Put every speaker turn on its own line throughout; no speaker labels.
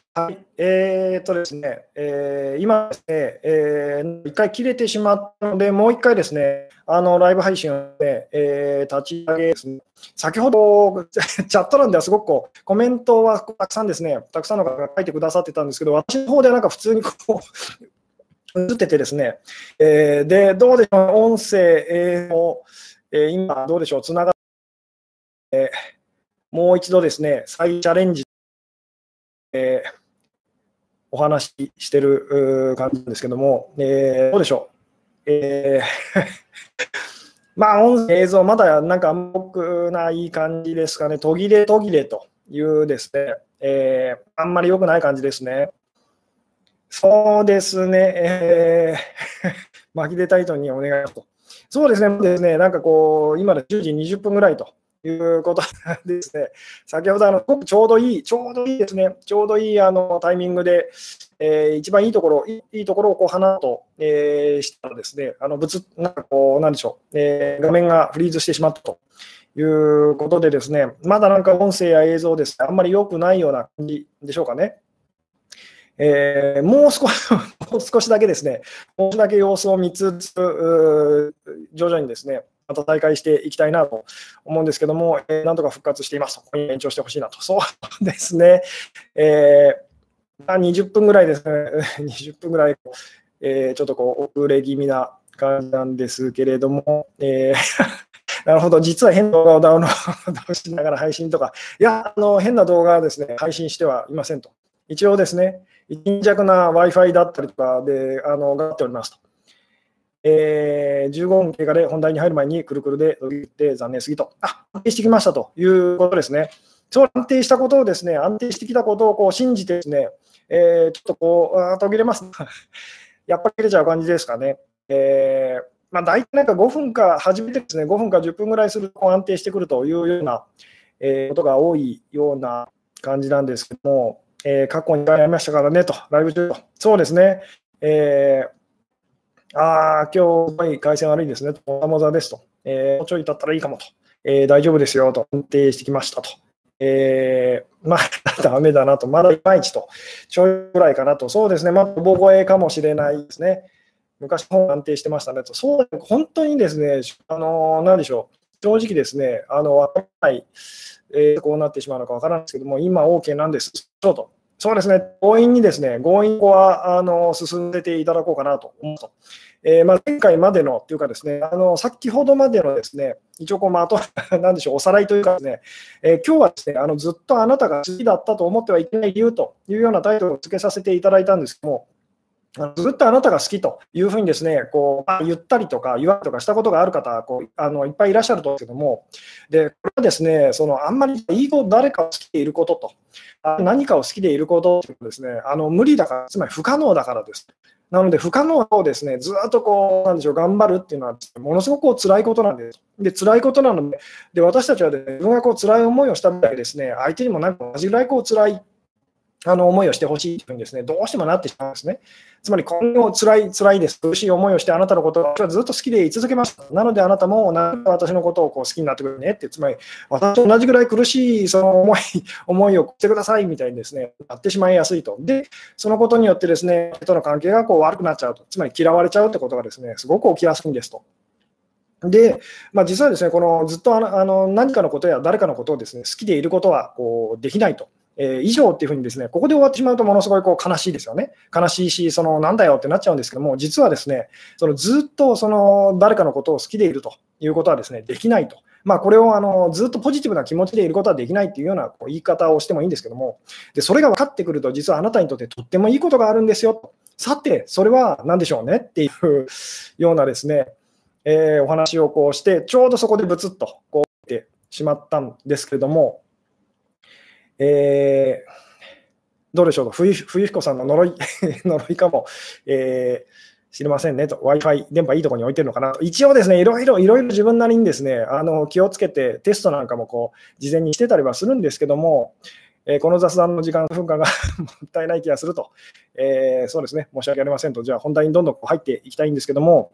はい、ですね、今ですね、1回切れてしまったので、もう1回ですね、ライブ配信をね、立ち上げですね。先ほどチャット欄ではすごくコメントはたくさんですね、たくさんの方が書いてくださってたんですけど、私の方ではなんか普通に映っててですね、で、どうでしょう、音声、映像、今どうでしょう、つながって、もう一度ですね、再チャレンジ、お話ししてる感じなんですけども、どうでしょう。まあ、音声、映像、まだなんかあくない感じですかね、途切れ途切れというですね、あんまり良くない感じですね。そうですね、巻きでタイトルにお願いしますと。そうですね、なんかこう、今で10時20分ぐらいということですね、先ほどちょうどいいですね、ちょうどいいタイミングで、一番いいところをこう話と、したらですね、なんかこう、なんでしょう、画面がフリーズしてしまったということでですね、まだなんか音声や映像ですね、あんまり良くないような感じでしょうかね。もう少しもう少しだけですね、もう少しだけ様子を見つつ、徐々にですね、また再開していきたいなと思うんですけども、なんとか復活していますと、延長してほしいなと、そうですね、20分ぐらいですね、20分ぐらい、ちょっとこう遅れ気味な感じなんですけれども、なるほど、実は変な動画をダウンロードしながら配信とか、いや、変な動画はですね、配信してはいませんと。一応ですね、貧弱な Wi-Fi だったりとかで頑張っておりますと。15分経過で本題に入る前にくるくるで途切って残念すぎと。安定してきましたということですね。そう安定したことをですね、安定してきたことをこう信じてですね、ちょっとこう、途切れます。やっぱり切れちゃう感じですかね。まあ、大体なんか5分か、初めてですね、5分か10分ぐらいすると安定してくるというような、ことが多いような感じなんですけども、過去に回ありましたからねと、ライブ中と、そうですね、今日、すごい回線悪いですねと、もざもざですと、もうちょい経ったらいいかもと、大丈夫ですよと、安定してきましたと。まあ、ダメだなと、まだいまいちと、ちょいぐらいかなと、そうですね、まあ、ボ超えかもしれないですね。昔の方が安定してましたねと、そう、本当にですね、なんでしょう、正直ですね、わからない、こうなってしまうのかわからないんですけども、今 OK なんです。と。そうですね、強引にですね、強引に進んでていただこうかなと思うと。まあ、前回までのというかですね、先ほどまでのですね、一応あと、なんでしょう、おさらいというかですね、今日はですね、ずっとあなたが好きだったと思ってはいけない理由というようなタイトルを付けさせていただいたんですけども、ずっとあなたが好きというふうにですね、言ったりとか言われたりとかしたことがある方、いっぱいいらっしゃると思うんですけども、でこれはですね、あんまり誰かを好きでいることと、何かを好きでいることというのはですね、無理だから、つまり不可能だからです。なので、不可能をですね、ずっとなんでしょう、頑張るっていうのは、ものすごく辛いことなんです。で、辛いことなので、私たちは、ね、自分が辛い思いをしただけですね、相手にもなんか同じぐらい辛い思いをしてほしいというふうにですね、どうしてもなってしまうんですね。つまり、今後辛いです、苦しい思いをして、あなたのことを私はずっと好きでい続けます。なので、あなたも私のことを好きになってくれねって、つまり、私と同じぐらい苦しい思いをしてくださいみたいにですね、なってしまいやすいと。で、そのことによってですね、人との関係が悪くなっちゃうと、つまり嫌われちゃうってことがですね、すごく起きやすいんですと。で、実はですね、ずっと何かのことや誰かのことをですね、好きでいることはできないと。以上っていうふうにですね、ここで終わってしまうとものすごい悲しいですよね。悲しいし、なんだよってなっちゃうんですけども、実はですね、ずっと誰かのことを好きでいるということはですね、できないと。これをずっとポジティブな気持ちでいることはできないっていうような言い方をしてもいいんですけども、でそれが分かってくると、実はあなたにとってとってもいいことがあるんですよと。さて、それは何でしょうねっていうようなですね、お話をして、ちょうどそこでブツッとってしまったんですけれども、どうでしょうか、冬彦さんの呪いかも、知りませんねと、Wi-Fi、電波いいところに置いてるのかなと、一応ですね、いろいろ自分なりにですね、気をつけて、テストなんかも事前にしてたりはするんですけども、この雑談の時間、分間がもったいない気がすると、そうですね、申し訳ありませんと、じゃあ本題にどんどん入っていきたいんですけども、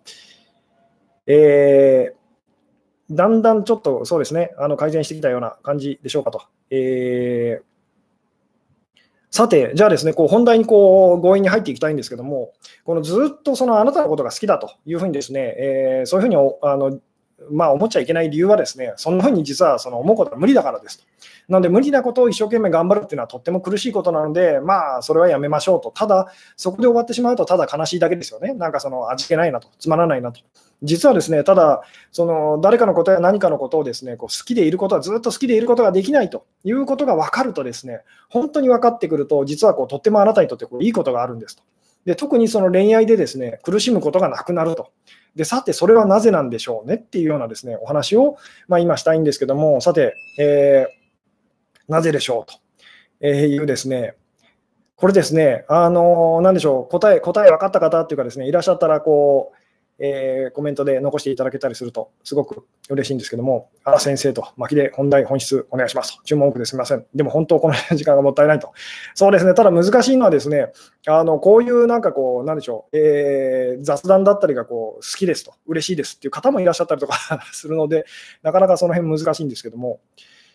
だんだんちょっとそうですね、改善してきたような感じでしょうかと。 さて、じゃあですね、本題に強引に入っていきたいんですけども、このずっとあなたのことが好きだというふうにですね、そういうふうに思っちゃいけない理由はですね、そんなふうに実は思うことは無理だからですと。なので、無理なことを一生懸命頑張るっていうのはとっても苦しいことなので、それはやめましょうと。ただ、そこで終わってしまうと、ただ悲しいだけですよね。なんか味気ないなと、つまらないなと。実はですね、ただ、誰かのことや何かのことをですね、好きでいることは、ずっと好きでいることができないということが分かるとですね、本当に分かってくると、実はとってもあなたにとっていいことがあるんですと。で、特に恋愛でですね、苦しむことがなくなると。で、さて、それはなぜなんでしょうねっていうようなですね、お話を、今したいんですけども、さて、なぜでしょうというですね、これですね、なんでしょう、答え分かった方っていうかですね、いらっしゃったらコメントで残していただけたりすると、すごく嬉しいんですけども、先生と、巻きで本題、本質お願いしますと、注文多くですみません。でも本当、この時間がもったいないと。そうですね、ただ難しいのはですね、こういうなんでしょう、雑談だったりが好きですと、嬉しいですっていう方もいらっしゃったりとかするので、なかなかその辺難しいんですけども、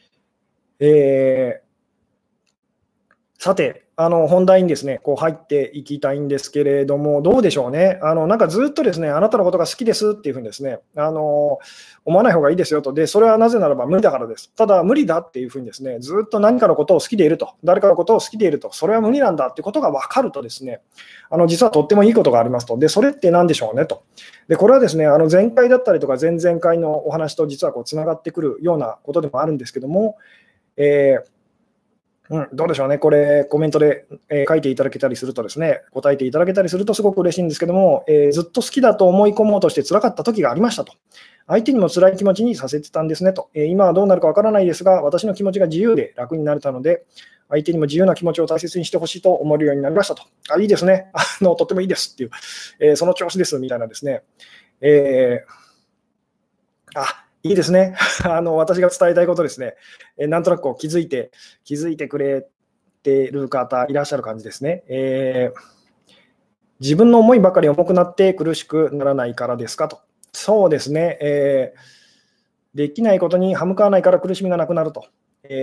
さて、本題にですね、入っていきたいんですけれども、どうでしょうね。なんかずっとですね、あなたのことが好きですっていうふうにですね、思わない方がいいですよと。で、それはなぜならば無理だからです。ただ、無理だっていうふうにですね、ずっと何かのことを好きでいると、誰かのことを好きでいると、それは無理なんだってことが分かるとですね、実はとってもいいことがありますと。で、それって何でしょうねと。で、これはですね、前回だったりとか前々回のお話と実はつながってくるようなことでもあるんですけども、どうでしょうね、これ、コメントで、書いていただけたりするとですね、答えていただけたりするとすごく嬉しいんですけども、ずっと好きだと思い込もうとして辛かった時がありましたと。相手にも辛い気持ちにさせてたんですねと。今はどうなるかわからないですが、私の気持ちが自由で楽になれたので、相手にも自由な気持ちを大切にしてほしいと思えるようになりましたと。いいですね。とってもいいですっていう、その調子ですみたいなですね。いいですね。私が伝えたいことですね。なんとなく気づいてくれている方いらっしゃる感じですね。自分の思いばかり重くなって苦しくならないからですかと。そうですね。できないことに歯向かわないから苦しみがなくなると。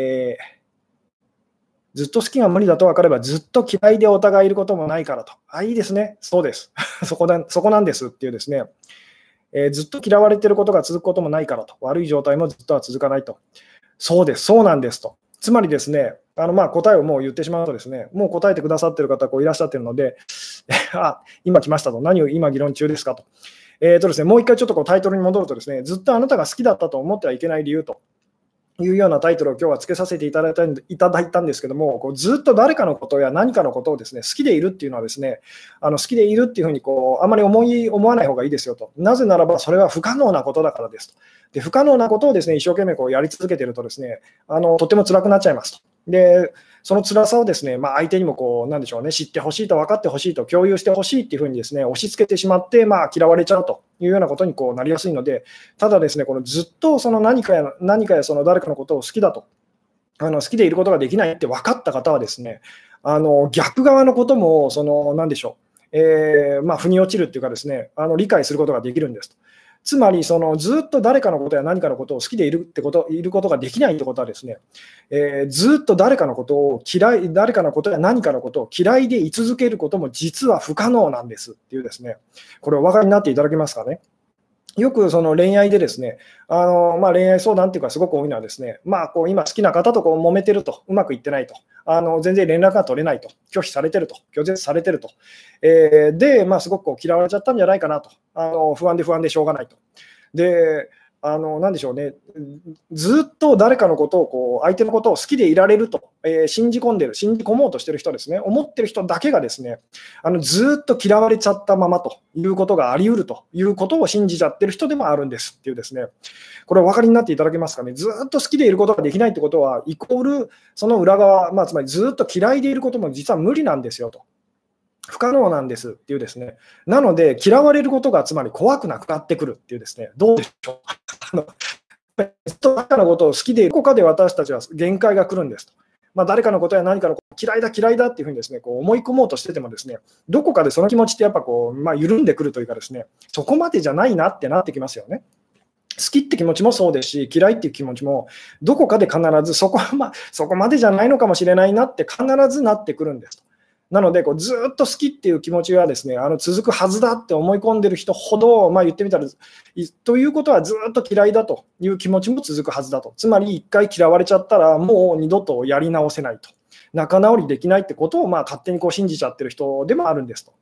ずっと好きが無理だと分かれば、ずっと嫌いでお互いいることもないからと。いいですね。そうです。そこなんですっていうですね。ずっと嫌われていることが続くこともないからと、悪い状態もずっとは続かないと、そうです、そうなんですと、つまりですね、答えをもう言ってしまうとですね、もう答えてくださっている方いらっしゃっているので、今来ましたと、何を今議論中ですかと、ですね、もう一回ちょっとタイトルに戻るとですね、ずっとあなたが好きだったと思ってはいけない理由と。いうようなタイトルを今日はつけさせていただいたんですけども、ずっと誰かのことや何かのことをですね、好きでいるっていうのはですね、好きでいるっていうふうにあまり思わない方がいいですよと。なぜならばそれは不可能なことだからですと。で、不可能なことをですね、一生懸命やり続けているとですね、とても辛くなっちゃいますと。で、その辛さをですね、相手にもなんでしょうね、知ってほしいと、分かってほしいと、共有してほしいっていうふうにですね、押し付けてしまって、嫌われちゃうというようなことになりやすいので、ただですね、ずっと何かや誰かのことを好きだと、好きでいることができないって分かった方はですね、逆側のことも何でしょう、腑に落ちるっていうかですね、理解することができるんですと。つまりずっと誰かのことや何かのことを好きでいることができないってことはですね、ずっと誰かのことや何かのことを嫌いでい続けることも実は不可能なんですっていうですね、これお分かりになっていただけますかね。よく恋愛でですね、恋愛相談っていうかすごく多いのはですね、今好きな方と揉めてると、うまくいってないと、全然連絡が取れないと、拒否されてると、拒絶されてると、すごく嫌われちゃったんじゃないかなと、不安でしょうがないと。で、なんでしょうね、ずっと誰かのことを相手のことを好きでいられると、信じ込もうとしている人ですね、思ってる人だけがですね、ずっと嫌われちゃったままということがあり得るということを信じちゃってる人でもあるんですっていうですね、これお分かりになっていただけますかね。ずっと好きでいることができないってことは、イコールその裏側、つまりずっと嫌いでいることも実は無理なんですよと。不可能なんですっていうですね。なので、嫌われることがつまり怖くなくなってくるっていうですね、どうでしょう。ずっと誰かのことを好きでいる、どこかで私たちは限界が来るんですと。誰かのことや何かのこと嫌いだっていうふうにですね、思い込もうとしててもですね、どこかでその気持ちってやっぱ緩んでくるというかですね、そこまでじゃないなってなってきますよね。 好きって気持ちもそうですし、嫌いっていう気持ちも、どこかで必ずそこまでじゃないのかもしれないなって必ずなってくるんですと。なので、ずっと好きっていう気持ちがですね、続くはずだって思い込んでる人ほど、言ってみたら、ということはずっと嫌いだという気持ちも続くはずだと。つまり、一回嫌われちゃったら、もう二度とやり直せないと。仲直りできないってことを、勝手に信じちゃってる人でもあるんですと。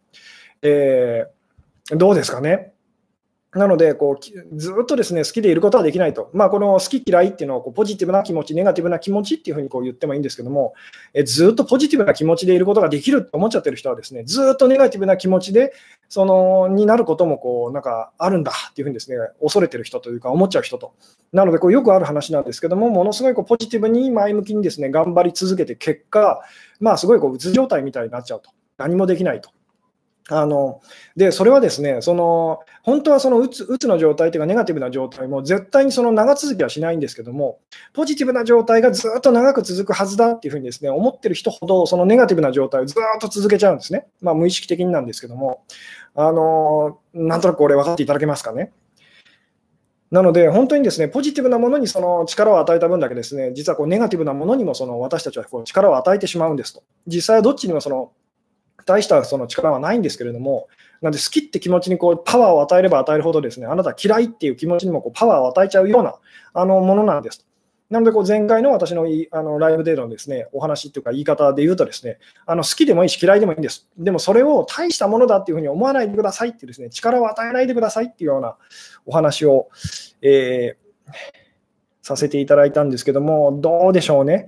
どうですかね。なのでずっとですね好きでいることはできないと、この好き嫌いっていうのをポジティブな気持ち、ネガティブな気持ちっていうふうに言ってもいいんですけども、ずっとポジティブな気持ちでいることができると思っちゃってる人はですね、ずっとネガティブな気持ちでになることもなんかあるんだっていうふうにですね、恐れてる人というか思っちゃう人と。なのでよくある話なんですけども、ものすごいポジティブに前向きにですね頑張り続けて結果、すごいうつ状態みたいになっちゃうと、何もできないと。でそれはですね、本当はうつの状態というか、ネガティブな状態も絶対に長続きはしないんですけども、ポジティブな状態がずっと長く続くはずだっていうふうにですね思ってる人ほど、そのネガティブな状態をずっと続けちゃうんですね。無意識的になんですけども、なんとなくこれ分かっていただけますかね。なので、本当にですねポジティブなものに力を与えた分だけですね、実はネガティブなものにも私たちは力を与えてしまうんですと。実際はどっちにも大した力はないんですけれども、なので好きって気持ちにパワーを与えれば与えるほどですね、あなたは嫌いっていう気持ちにもパワーを与えちゃうようなものなんです。なので前回の私のライブでのですねお話というか言い方で言うとですね、好きでもいいし嫌いでもいいんです。でもそれを大したものだっていうふうに思わないでくださいっていうですね、力を与えないでくださいっていうようなお話を、させていただいたんですけども、どうでしょうね。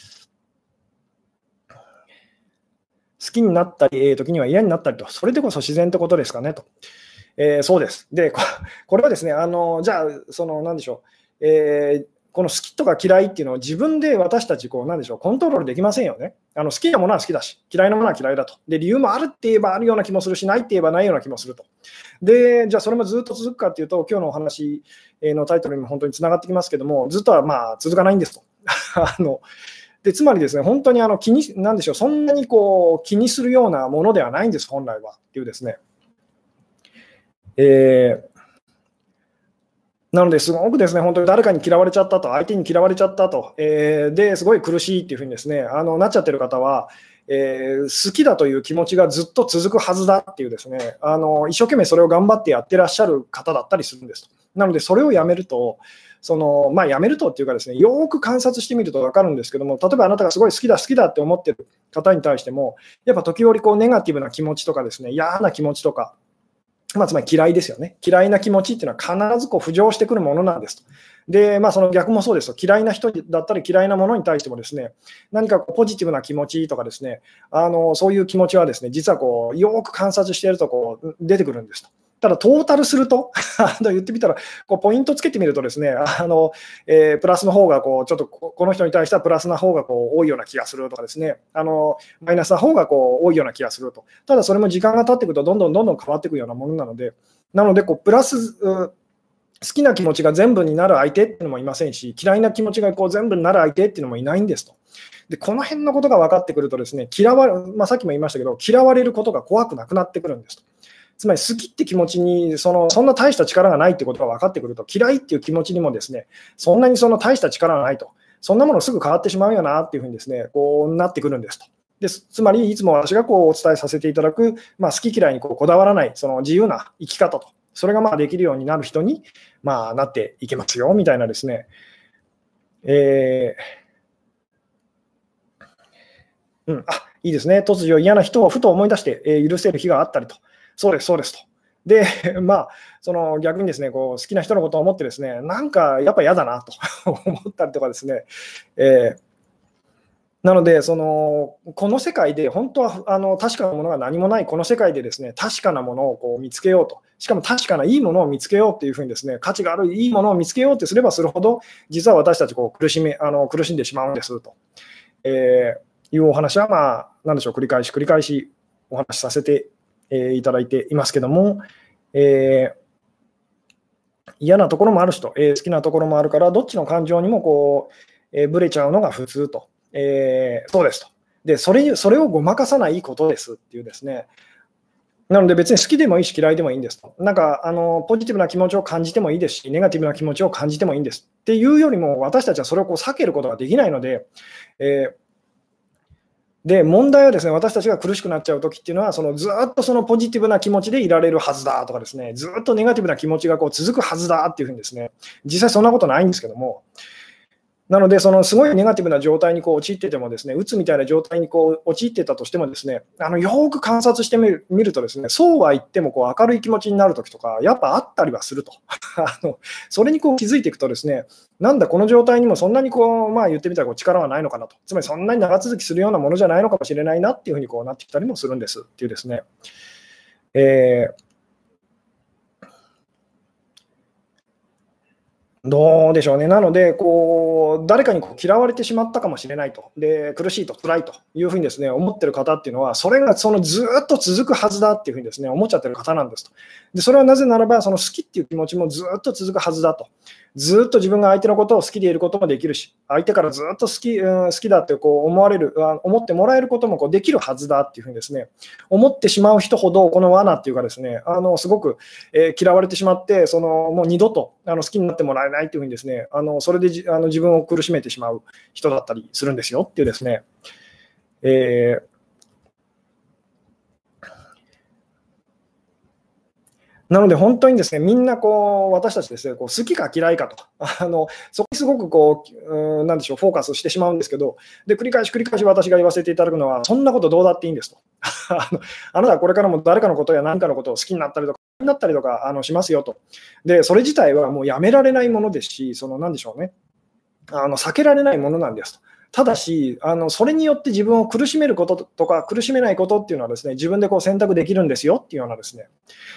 好きになったり、時には嫌になったりと、それでこそ自然ってことですかねと。そうです。で、これはですね、じゃあ、なんでしょう、この好きとか嫌いっていうのを自分で私たち、なんでしょう、コントロールできませんよね。好きなものは好きだし、嫌いなものは嫌いだと。で、理由もあるって言えばあるような気もするし、ないって言えばないような気もすると。で、じゃあ、それもずっと続くかっていうと、今日のお話のタイトルにも本当につながってきますけども、ずっとは続かないんですと。でつまりですね、本当になんでしょう、そんなに気にするようなものではないんです、本来はっていうですね。なのですごくですね、本当に誰かに嫌われちゃったと、相手に嫌われちゃったと、ですごい苦しいっていうふうにですね、なっちゃってる方は、好きだという気持ちがずっと続くはずだっていうですね、一生懸命それを頑張ってやってらっしゃる方だったりするんです。なので、それをやめると、やめるとっていうかですね、よーく観察してみると分かるんですけども、例えばあなたがすごい好きだって思ってる方に対しても、やっぱ時折ネガティブな気持ちとかですね、嫌な気持ちとか、つまり嫌いですよね。嫌いな気持ちっていうのは必ず浮上してくるものなんですと。で、その逆もそうですと。嫌いな人だったり嫌いなものに対してもですね、何かポジティブな気持ちとかですね、そういう気持ちはですね、実はよく観察していると出てくるんですと。ただ、トータルすると言ってみたら、ポイントつけてみるとですね、プラスの方がちょっとこの人に対してはプラスな方が多いような気がするとかですね、マイナスな方が多いような気がすると。ただ、それも時間が経っていくとどんどん変わっていくようなものなので、プラス、好きな気持ちが全部になる相手っていうのもいませんし、嫌いな気持ちが全部になる相手っていうのもいないんですと。で、この辺のことが分かってくるとですね、さっきも言いましたけど、嫌われることが怖くなくなってくるんですと。つまり好きって気持ちにそんな大した力がないってことが分かってくると、嫌いっていう気持ちにもですね、そんなに大した力がないと、そんなものすぐ変わってしまうよなっていうふうにですね、なってくるんですと。つまり、いつも私がお伝えさせていただく、好き嫌いにこだわらない、自由な生き方と、それができるようになる人に、なっていけますよみたいなですね。いいですね。突如嫌な人をふと思い出して、許せる日があったりと。そうです、そうですと。で、逆にですね、好きな人のことを思ってですね、なんかやっぱ嫌だなと思ったりとかですね。なので、この世界で本当は確かなものが何もないこの世界でですね、確かなものを見つけようと。しかも確かないいものを見つけようっていうふうにですね、価値があるいいものを見つけようってすればするほど、実は私たち苦しんでしまうんですと。いうお話は、なんでしょう、繰り返しお話しさせていただいていますけども、嫌なところもある人、好きなところもあるから、どっちの感情にもぶれちゃうのが普通と、そうですと。で、それをごまかさないことですっていうですね。 なので別に好きでもいいし嫌いでもいいんですと。なんかポジティブな気持ちを感じてもいいですし、ネガティブな気持ちを感じてもいいんですっていうよりも、私たちはそれをこう避けることができないので、で問題はですね、私たちが苦しくなっちゃうときっていうのは、ずっとそのポジティブな気持ちでいられるはずだとかですね、ずっとネガティブな気持ちがこう続くはずだっていうふうにですね、実際そんなことないんですけども、なので、すごいネガティブな状態にこう陥っててもですね、うつみたいな状態にこう陥ってたとしてもですね、よーく観察してみるとですね、そうは言ってもこう明るい気持ちになるときとか、やっぱあったりはすると。それにこう気づいていくとですね、なんだこの状態にもそんなにこう、まあ言ってみたらこう力はないのかなと。つまりそんなに長続きするようなものじゃないのかもしれないなっていうふうにこうなってきたりもするんですっていうですね。どうでしょうね。なので、誰かに嫌われてしまったかもしれないと。で、苦しいと、辛いというふうにですね、思ってる方っていうのは、それがずっと続くはずだっていうふうにですね、思っちゃってる方なんですと。で、それはなぜならば、好きっていう気持ちもずっと続くはずだと。ずっと自分が相手のことを好きでいることもできるし、相手からずっと好きだって思ってもらえることもできるはずだっていうふうにですね、思ってしまう人ほど、この罠っていうかですね、すごく、嫌われてしまって、もう二度と好きになってもらえないっていうふうにですね、それで自分を苦しめてしまう人だったりするんですよっていうですね、なので本当にですね、みんな私たちですね、好きか嫌いかと、そこにすごくなんでしょう、フォーカスしてしまうんですけど、で、繰り返し私が言わせていただくのは、そんなことどうだっていいんですと。あなたはこれからも誰かのことや何かのことを好きになったりとか、しますよと。で、それ自体はもうやめられないものですし、なんでしょうね、避けられないものなんですと。ただし、それによって自分を苦しめることとか、苦しめないことっていうのはですね、自分で選択できるんですよっていうようなですね、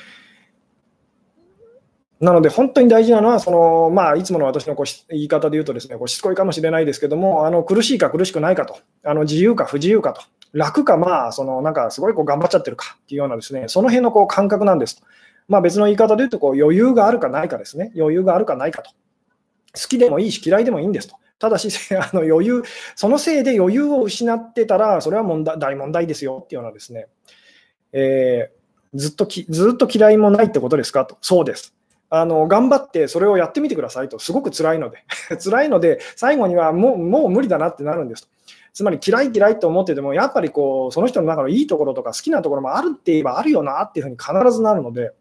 なので、本当に大事なのは、いつもの私の言い方で言うとですね、しつこいかもしれないですけども、苦しいか苦しくないかと、自由か不自由かと、楽か、なんかすごい頑張っちゃってるかっていうようなですね、その辺の感覚なんですと。別の言い方で言うと余裕があるかないかですね、余裕があるかないかと。好きでもいいし、嫌いでもいいんですと。ただし、そのせいで余裕を失ってたら、それは大問題ですよっていうようなですね、ずっと嫌いもないってことですかと。そうです。頑張ってそれをやってみてくださいと、すごく辛いので、辛いので、最後にはもう無理だなってなるんですと。つまり嫌いと思ってても、やっぱりその人の中のいいところとか好きなところもあるって言えばあるよなっていうふうに必ずなるので、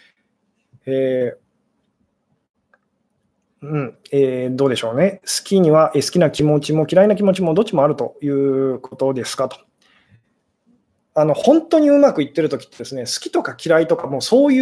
どうでしょうね。好きな気持ちも嫌いな気持ちもどっちもあるということですかと。本当にうまくいってる時ってですね、好きとか嫌いとか、もうそういう、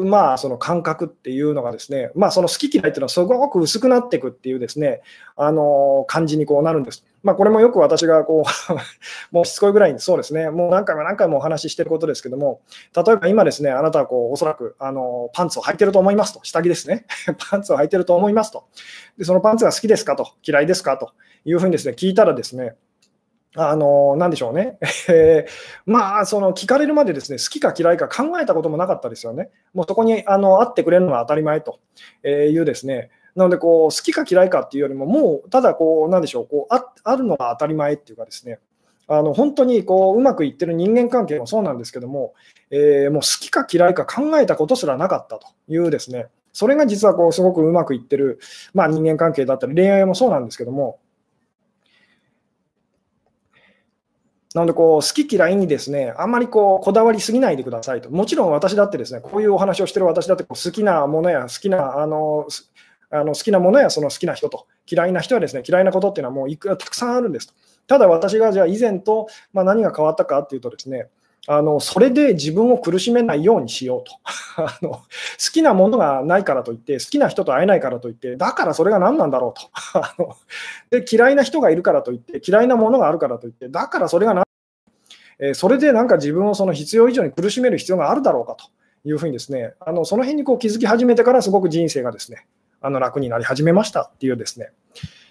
その感覚っていうのがですね、その好き嫌いっていうのはすごく薄くなっていくっていうですね、感じになるんです。これもよく私がもうしつこいぐらいに、そうですね、もう何回もお話ししてることですけども、例えば今ですね、あなたはおそらくパンツを履いてると思いますと、下着ですね、パンツを履いてると思いますと。で、そのパンツが好きですかと、嫌いですかというふうにですね、聞いたらですね、なんでしょうね。聞かれるまでですね、好きか嫌いか考えたこともなかったですよね。もうそこに会ってくれるのが当たり前というですね。なので好きか嫌いかっていうよりも、もうただなんでしょう、あるのが当たり前っていうかですね、本当にうまくいってる人間関係もそうなんですけども、もう好きか嫌いか考えたことすらなかったというですね、それが実はすごくうまくいってる、人間関係だったり、恋愛もそうなんですけども、なので好き嫌いにですね、あんまりこだわりすぎないでくださいと。もちろん私だってですね、こういうお話をしている私だって好きなものや好きなものやその好きな人と、嫌いな人はですね、嫌いなことっていうのはもうたくさんあるんですと。ただ私がじゃあ以前と、何が変わったかっていうとですね、それで自分を苦しめないようにしようと。好きなものがないからといって、好きな人と会えないからといって、だからそれが何なんだろうと。で、嫌いな人がいるからといって、嫌いなものがあるからといって、だからそれがそれでなんか自分を必要以上に苦しめる必要があるだろうかというふうにですね、その辺に気づき始めてからすごく人生がですね、楽になり始めましたっていうですね、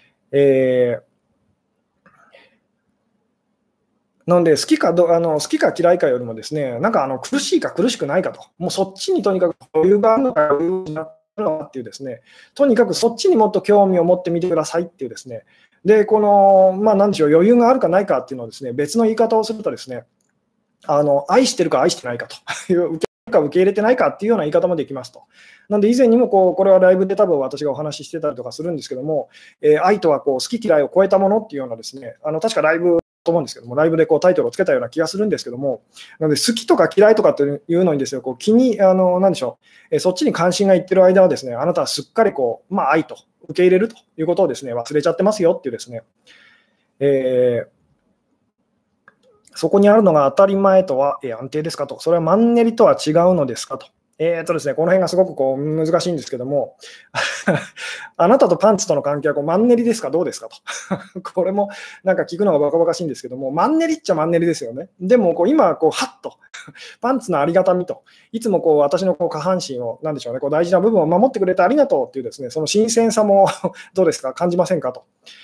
なので好きか嫌いかよりもですね、なんか苦しいか苦しくないかと、もうそっちにとにかく余裕があるのか余裕があるのかっていうですね、とにかくそっちにもっと興味を持ってみてくださいっていうですね、で、なんでしょう、余裕があるかないかっていうのをですね、別の言い方をするとですね、 愛してるか愛してないかという、受け入れるか受け入れてないかっていうような言い方もできますと。なんで以前にもこれはライブで多分私がお話ししてたりとかするんですけども、愛とは好き嫌いを超えたものっていうようなですね、確かライブと思うんですけども、ライブでタイトルをつけたような気がするんですけども、なので好きとか嫌いとかっていうのにですね、気に、なんでしょう、そっちに関心がいってる間はですね、あなたはすっかり愛と受け入れるということをですね、忘れちゃってますよっていうですね、そこにあるのが当たり前とは、安定ですかと、それはマンネリとは違うのですかと。ですね、この辺がすごく難しいんですけども、あなたとパンツとの関係はマンネリですか、どうですかと。これもなんか聞くのがバカバカしいんですけども、マンネリっちゃマンネリですよね。でも今、はっと、パンツのありがたみと、いつも私の下半身を、なんでしょうね、大事な部分を守ってくれてありがとうっていうですね、その新鮮さもどうですか、感じませんかと。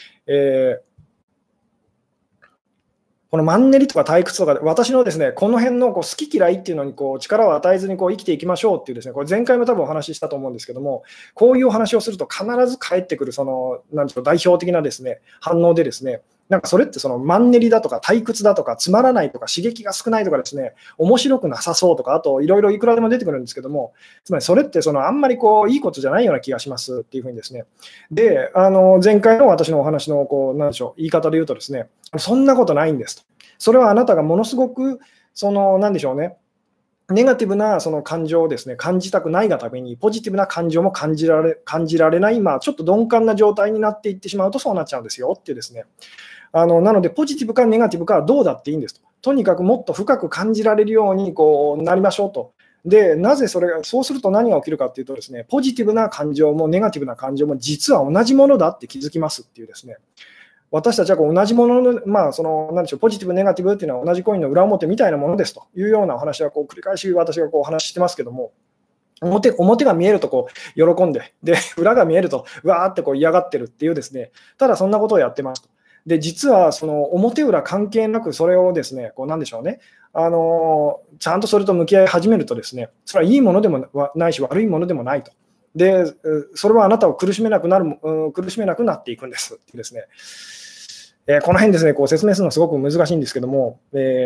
このマンネリとか退屈とかで、私のですね、この辺の好き嫌いっていうのに力を与えずに生きていきましょうっていうですね、これ前回も多分お話ししたと思うんですけども、こういうお話をすると必ず返ってくるなんでしょう、代表的なですね、反応でですね、なんかそれってマンネリだとか退屈だとかつまらないとか刺激が少ないとかですね、面白くなさそうとか、あといろいろいくらでも出てくるんですけども、つまりそれってあんまりいいことじゃないような気がしますっていうふうにですね。で、前回の私のお話のなんでしょう、言い方で言うとですね、そんなことないんですと。それはあなたがものすごくなんでしょうね、ネガティブな感情をですね、感じたくないがために、ポジティブな感情も感じられない、ちょっと鈍感な状態になっていってしまうとそうなっちゃうんですよっていうですね。なので、ポジティブかネガティブかはどうだっていいんですと。とにかくもっと深く感じられるようになりましょうと。で、なぜそうすると何が起きるかっていうとですね、ポジティブな感情もネガティブな感情も実は同じものだって気づきますっていうですね。私たちは同じものの、なんでしょう、ポジティブ、ネガティブっていうのは同じコインの裏表みたいなものですというようなお話は繰り返し私がお話ししてますけども、表が見えると喜んで、で、裏が見えると、うわーって嫌がってるっていうですね、ただそんなことをやってますと。で、実は表裏関係なくそれをですね、なんでしょうね、ちゃんとそれと向き合い始めるとですね、それはいいものでもないし、悪いものでもないと。で、それはあなたを苦しめなくなっていくんですってですね。この辺ですね、説明するのはすごく難しいんですけども、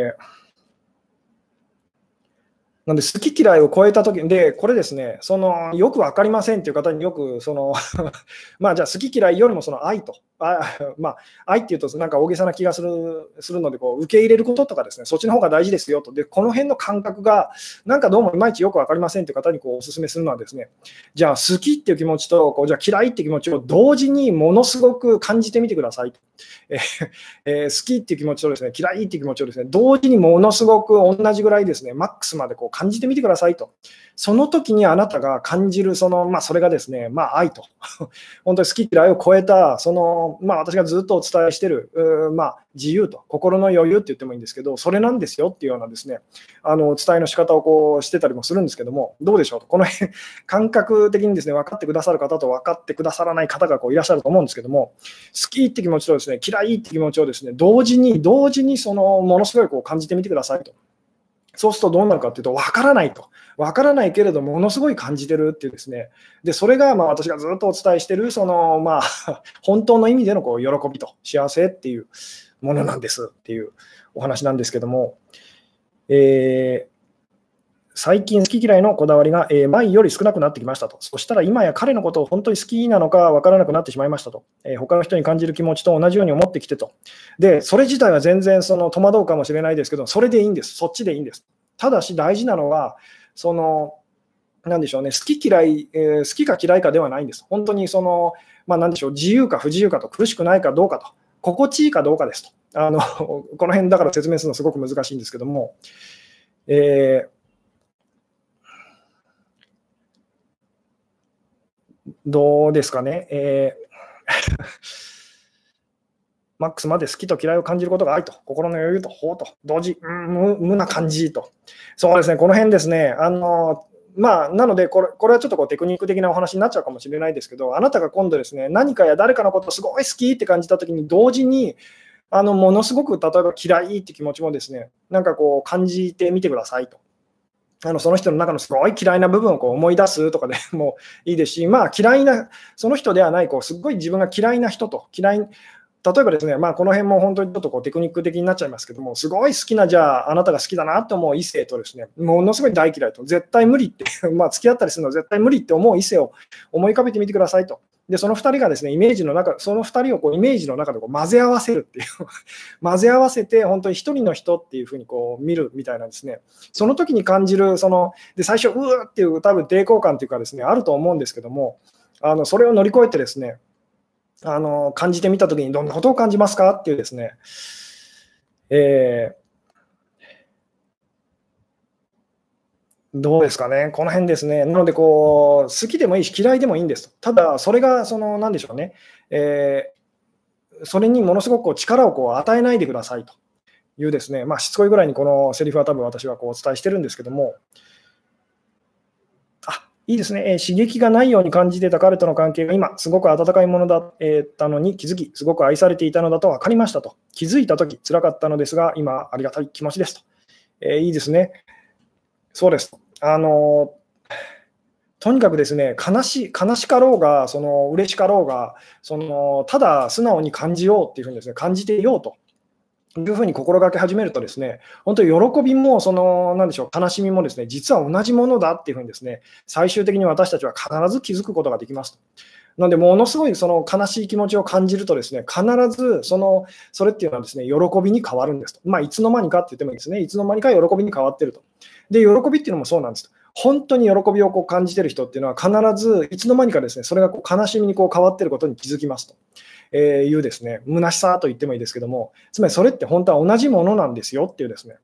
なんで好き嫌いを超えたときで、これですね、よく分かりませんという方によくじゃあ好き嫌いよりも愛と、愛っていうとなんか大げさな気がするので受け入れることとかですね、そっちの方が大事ですよと。で、この辺の感覚がなんかどうもいまいちよく分かりませんという方にお勧めするのはですね、じゃあ好きっていう気持ちとじゃあ嫌いっていう気持ちを同時にものすごく感じてみてくださいと。好きっていう気持ちとですね、嫌いっていう気持ちをですね、同時にものすごく同じぐらいですね、マックスまで感じてみてくださいと。その時にあなたが感じるそれがですね、愛と。本当に好き嫌いを超えた、私がずっとお伝えしている、自由と、心の余裕って言ってもいいんですけど、それなんですよっていうようなですね、お伝えの仕方をしてたりもするんですけども、どうでしょうと。この辺、感覚的にですね、分かってくださる方と分かってくださらない方がいらっしゃると思うんですけども、好きって気持ちとですね、嫌いって気持ちをですね、同時にものすごい感じてみてくださいと。そうするとどうなるかというと、分からないと。分からないけれどものすごい感じてるっていうですね。で、それが私がずっとお伝えしている、本当の意味での喜びと幸せっていうものなんですっていうお話なんですけども、最近好き嫌いのこだわりが、前より少なくなってきましたと。そしたら今や彼のことを本当に好きなのか分からなくなってしまいましたと。他の人に感じる気持ちと同じように思ってきてと。で、それ自体は全然戸惑うかもしれないですけど、それでいいんです。そっちでいいんです。ただし大事なのは、なんでしょうね、好き嫌い、好きか嫌いかではないんです。本当になんでしょう、自由か不自由かと、苦しくないかどうかと、心地いいかどうかですと。この辺だから説明するのすごく難しいんですけども、どうですかね。マックスまで好きと嫌いを感じることが愛と、心の余裕と、法と、同時、無な感じと。そうですね、この辺ですね。なのでこれはちょっとテクニック的なお話になっちゃうかもしれないですけど、あなたが今度ですね、何かや誰かのことをすごい好きって感じたときに、同時に、ものすごく例えば嫌いって気持ちもですね、なんか感じてみてくださいと。その人の中のすごい嫌いな部分を思い出すとかでもいいですし、嫌いな、その人ではない、すごい自分が嫌いな人と、例例えばですね、この辺も本当にちょっとテクニック的になっちゃいますけども、すごい好きな、じゃあ、あなたが好きだなと思う異性とですね、ものすごい大嫌いと、絶対無理って、付き合ったりするのは絶対無理って思う異性を思い浮かべてみてくださいと。で、その2人がですね、その2人をイメージの中で混ぜ合わせるっていう混ぜ合わせて、本当に一人の人っていうふうに見るみたいなですね、その時に感じる、で最初、うーっていう多分抵抗感というかですね、あると思うんですけども、それを乗り越えてですね、感じてみたときにどんなことを感じますかっていうですね、どうですかね、この辺ですね。なので好きでもいいし、嫌いでもいいんです。ただ、それがなんでしょうね、それにものすごく力を与えないでくださいというですね、しつこいぐらいにこのセリフは多分私はお伝えしてるんですけども、いいですね、刺激がないように感じていた彼との関係が今、すごく温かいものだったのに気づき、すごく愛されていたのだと分かりましたと。気づいたとき、辛かったのですが、今、ありがたい気持ちですと。いいですね。そうです。とにかくですね、悲しかろうが、嬉しかろうが、ただ素直に感じようっていうふうにですね、感じていようと。いうふうに心がけ始めるとですね、本当に喜びもなんでしょう、悲しみもですね、実は同じものだっていうふうにですね、最終的に私たちは必ず気づくことができますと。なので、ものすごい悲しい気持ちを感じるとですね、必ずそれっていうのはですね、喜びに変わるんですと。いつの間にかって言ってもいいですね、いつの間にか喜びに変わってると。で、喜びっていうのもそうなんですと。本当に喜びを感じている人っていうのは必ずいつの間にかですね、それが悲しみに変わっていることに気づきますと。いうですね、虚しさと言ってもいいですけども、つまりそれって本当は同じものなんですよっていうですね。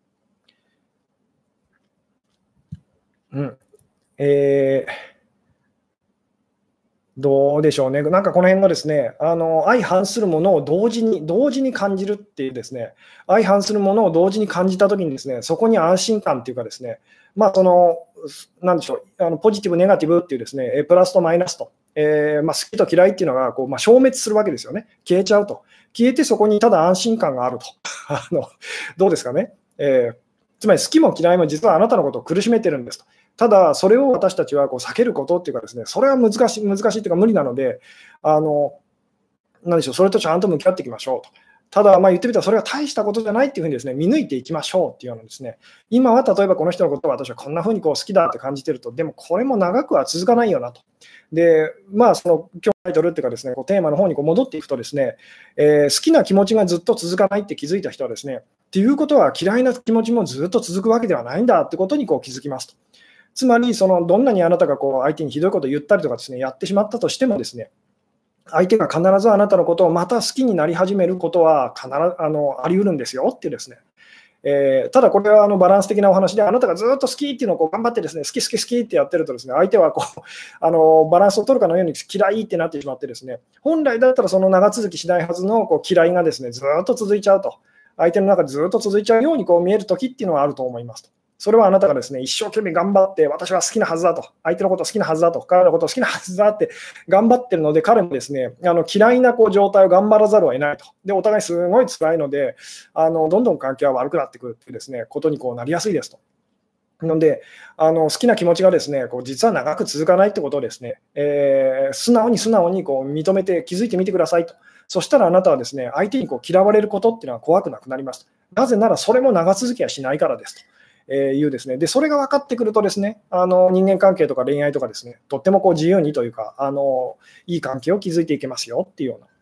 どうでしょうね。なんかこの辺のですね、相反するものを同時に感じるっていうですね、相反するものを同時に感じたときにですね、そこに安心感っていうかですね、なんでしょう、ポジティブ、ネガティブっていうですね、プラスとマイナスと、好きと嫌いっていうのが消滅するわけですよね。消えちゃうと。消えてそこにただ安心感があると。どうですかね。つまり好きも嫌いも実はあなたのことを苦しめてるんですと。ただ、それを私たちは避けることっていうかですね、それは難しいというか無理なので、なんでしょう、それとちゃんと向き合っていきましょうと。ただ、言ってみたらそれは大したことじゃないっていうふうにですね、見抜いていきましょうっていうようなですね、今は例えばこの人のことを私はこんなふうに好きだって感じてると、でもこれも長くは続かないよなと。で、今日タイトルっていうかですね、テーマの方に戻っていくとですね、好きな気持ちがずっと続かないって気づいた人はですね、っていうことは嫌いな気持ちもずっと続くわけではないんだってことに気づきますと。つまり、どんなにあなたが相手にひどいことを言ったりとかですね、やってしまったとしてもですね、相手が必ずあなたのことをまた好きになり始めることは必ずあり得るんですよっていうですね。ただこれはバランス的なお話で、あなたがずっと好きっていうのを頑張ってですね、好き好き好きってやってるとですね、相手はバランスを取るかのように嫌いってなってしまってですね、本来だったらその長続きしないはずの嫌いがですね、ずっと続いちゃうと、相手の中でずっと続いちゃうように見えるときっていうのはあると思いますと。それはあなたがですね、一生懸命頑張って、私は好きなはずだと、相手のこと好きなはずだと、彼のこと好きなはずだって頑張ってるので、彼もですね、嫌いな状態を頑張らざるを得ないと。で、お互いすごい辛いので、どんどん関係は悪くなってくるっていうですね、ことになりやすいですと。なので、好きな気持ちがですね、実は長く続かないってことをですね、素直に認めて気づいてみてくださいと。そしたらあなたはですね、相手に嫌われることっていうのは怖くなくなります。なぜならそれも長続きはしないからですと。いうですね、でそれが分かってくるとですね、人間関係とか恋愛とかですね、とっても自由にというか、いい関係を築いていけますよっていうような、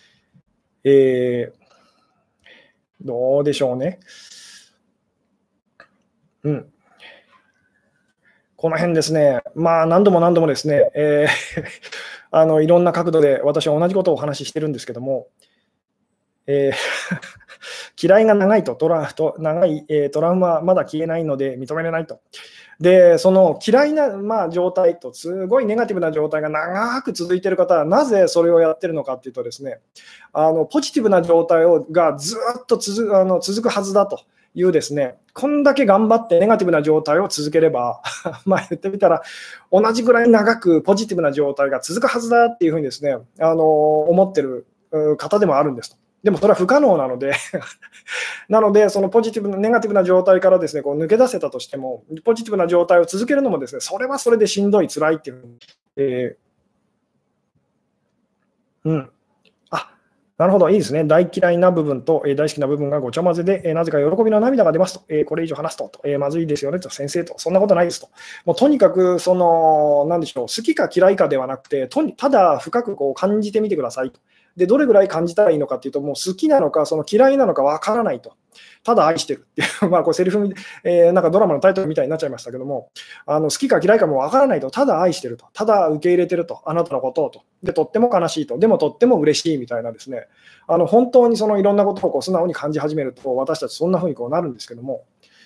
どうでしょうね。この辺ですね、何度もですね、いろんな角度で私は同じことをお話ししてるんですけども、嫌いが長いと、長い、トラウマはまだ消えないので認めれないと。で、その嫌いな、状態と、すごいネガティブな状態が長く続いている方は、なぜそれをやってるのかっていうとですね、ポジティブな状態がずっと続くはずだというですね、こんだけ頑張ってネガティブな状態を続ければ、言ってみたら、同じぐらい長くポジティブな状態が続くはずだっていうふうにですね、思ってる方でもあるんですと。でもそれは不可能なのでなので、そのポジティブな、ネガティブな状態からですね、抜け出せたとしても、ポジティブな状態を続けるのもですね、それはそれでしんどい、辛いっていうふうに、うん。 なるほど、いいですね。大嫌いな部分と、大好きな部分がごちゃ混ぜで、なぜか喜びの涙が出ますと、これ以上話すと、まずいですよねと、先生と、そんなことないですと。もうとにかく、なんでしょう、好きか嫌いかではなくて、ただ深くこう感じてみてくださいと。で、どれぐらい感じたらいいのかっていうと、もう好きなのか、嫌いなのかわからないと。ただ愛してるっていう、まあ、こうセリフ、なんかドラマのタイトルみたいになっちゃいましたけども、好きか嫌いかもわからないと、ただ愛してると、ただ受け入れてると、あなたのことをと、で、とっても悲しいと、でもとっても嬉しいみたいなですね、本当にいろんなことを素直に感じ始めると、私たちそんな風になるんですけども、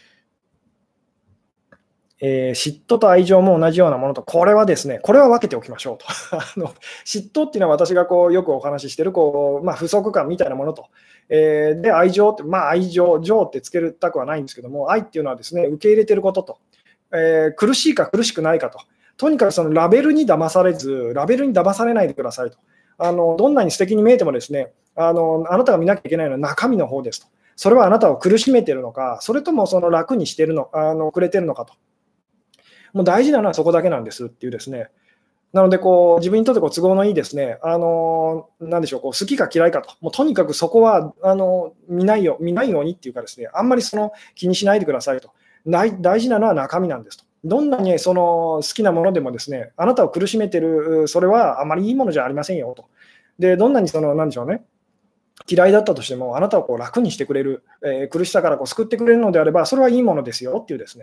嫉妬と愛情も同じようなものと、これはですね、これは分けておきましょうと。嫉妬っていうのは私がよくお話ししている不足感みたいなものと、で、愛情って、愛情、情ってつけたくはないんですけども、愛っていうのはですね、受け入れていることと、苦しいか苦しくないかと、とにかくそのラベルに騙されず、ラベルに騙されないでくださいと。どんなに素敵に見えてもですね、あなたが見なきゃいけないのは中身の方ですと。それはあなたを苦しめているのか、それとも楽にしているのくれているのかと。もう大事なのはそこだけなんですっていうですね。なので自分にとって都合のいいですね、なんでしょう、好きか嫌いかと、もうとにかくそこは見ないようにっていうかですね、あんまり気にしないでくださいと。大事なのは中身なんですと。どんなに好きなものでもですね、あなたを苦しめてる、それはあまりいいものじゃありませんよと。で、どんなになんでしょうね、嫌いだったとしても、あなたを楽にしてくれる、苦しさから救ってくれるのであれば、それはいいものですよっていうですね。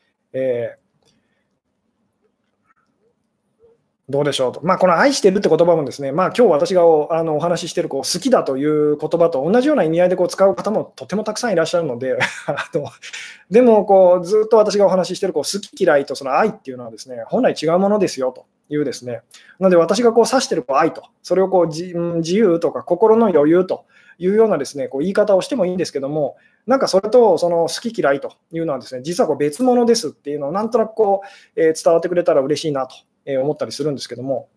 どうでしょうと。この愛してるって言葉もですね、今日私がお話ししている好きだという言葉と同じような意味合いで使う方もとてもたくさんいらっしゃるので、でもずっと私がお話ししている好き嫌いとその愛っていうのはですね、本来違うものですよというですね、なので私が指している愛と、それを自由とか心の余裕というようなですね、言い方をしてもいいんですけども、なんかそれと好き嫌いというのはですね、実は別物ですっていうのをなんとなく伝わってくれたら嬉しいなと思ったりするんですけども、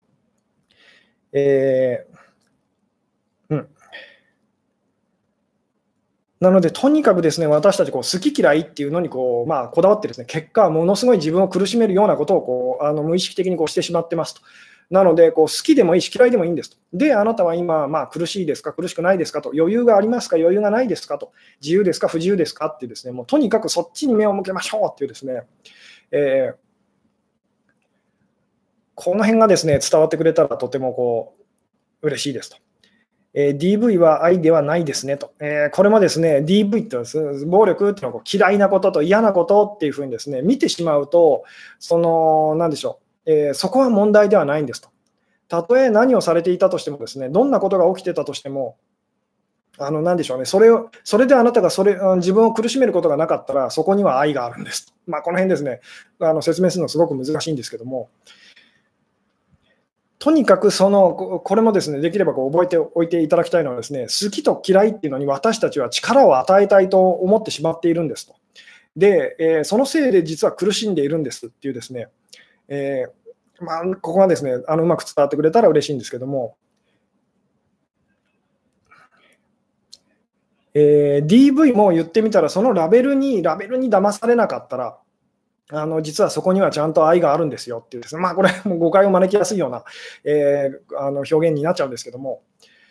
なので、とにかくですね、私たち好き嫌いっていうのにこだわってですね、結果、ものすごい自分を苦しめるようなことを無意識的にしてしまってますと。なので、好きでもいいし、嫌いでもいいんですと。で、あなたは今、苦しいですか、苦しくないですかと、余裕がありますか、余裕がないですかと、自由ですか、不自由ですかっていうですね、もうとにかくそっちに目を向けましょうっていうですね、この辺がですね、伝わってくれたらとても嬉しいですと。DV は愛ではないですねと。これもですね、DV って暴力っていうのは嫌いなことと嫌なことっていうふうにですね、見てしまうと、なんでしょう、そこは問題ではないんですと。たとえ何をされていたとしてもですね、どんなことが起きてたとしても、なんでしょうね、それであなたが自分を苦しめることがなかったら、そこには愛があるんですと。この辺ですね、説明するのすごく難しいんですけども、とにかくこれもですね、できれば覚えておいていただきたいのはですね、好きと嫌いっていうのに私たちは力を与えたいと思ってしまっているんですと。で、そのせいで実は苦しんでいるんですっていうですね、ここがですね、うまく伝わってくれたら嬉しいんですけども、DV も言ってみたら、そのラベルに騙されなかったら、実はそこにはちゃんと愛があるんですよっていうですね、これも誤解を招きやすいような、表現になっちゃうんですけども、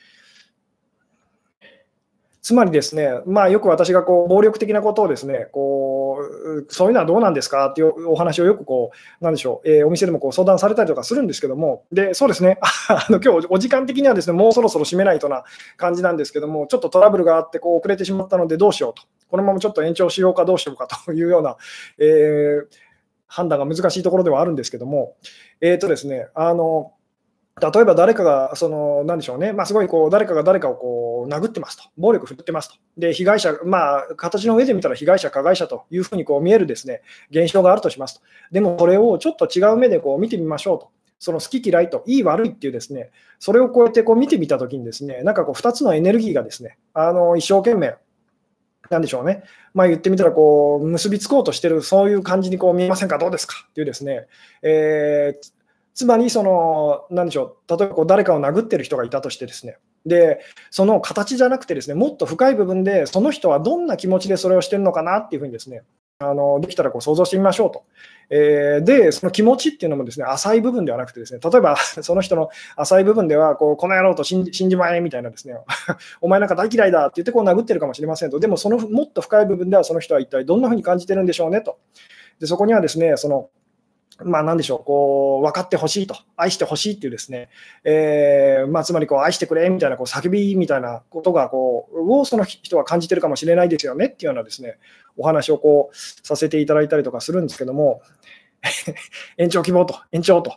つまりですね、よく私が暴力的なことをですね、そういうのはどうなんですかっていうお話をよくなんでしょう、お店でも相談されたりとかするんですけども、で、そうですね、今日お時間的にはですね、もうそろそろ締めないとな感じなんですけども、ちょっとトラブルがあって遅れてしまったのでどうしようと、このままちょっと延長しようかどうしようかというような、判断が難しいところではあるんですけども、ですね、例えば誰かが、なんでしょうね、すごい誰かが誰かを殴ってますと、暴力振るってますと、で被害者、形の上で見たら被害者、加害者というふうに見えるですね現象があるとしますと、でもそれをちょっと違う目で見てみましょうと、その好き嫌いと、いい悪いっていうですね、それをこうやって見てみたときにですね、なんか2つのエネルギーがですね、一生懸命、なんでしょうね、言ってみたら結びつこうとしている、そういう感じに見えませんか、どうですかっていうですね、つまりなんでしょう、例えば誰かを殴ってる人がいたとしてですね、で、その形じゃなくてですね、もっと深い部分で、その人はどんな気持ちでそれをしてるのかなっていうふうにですね、できたら想像してみましょうと。 で、その気持ちっていうのもですね、浅い部分ではなくてですね、例えばその人の浅い部分では、この野郎と死んじまえみたいなですね、お前なんか大嫌いだって言ってこう殴ってるかもしれませんと、でもそのもっと深い部分ではその人は一体どんなふうに感じてるんでしょうねと。でそこにはですね、なんでしょう、分かってほしいと、愛してほしいっていうですね、つまり愛してくれみたいな叫びみたいなことがをその人は感じてるかもしれないですよねっていうようなですね、お話をさせていただいたりとかするんですけども、延長希望と、延長と。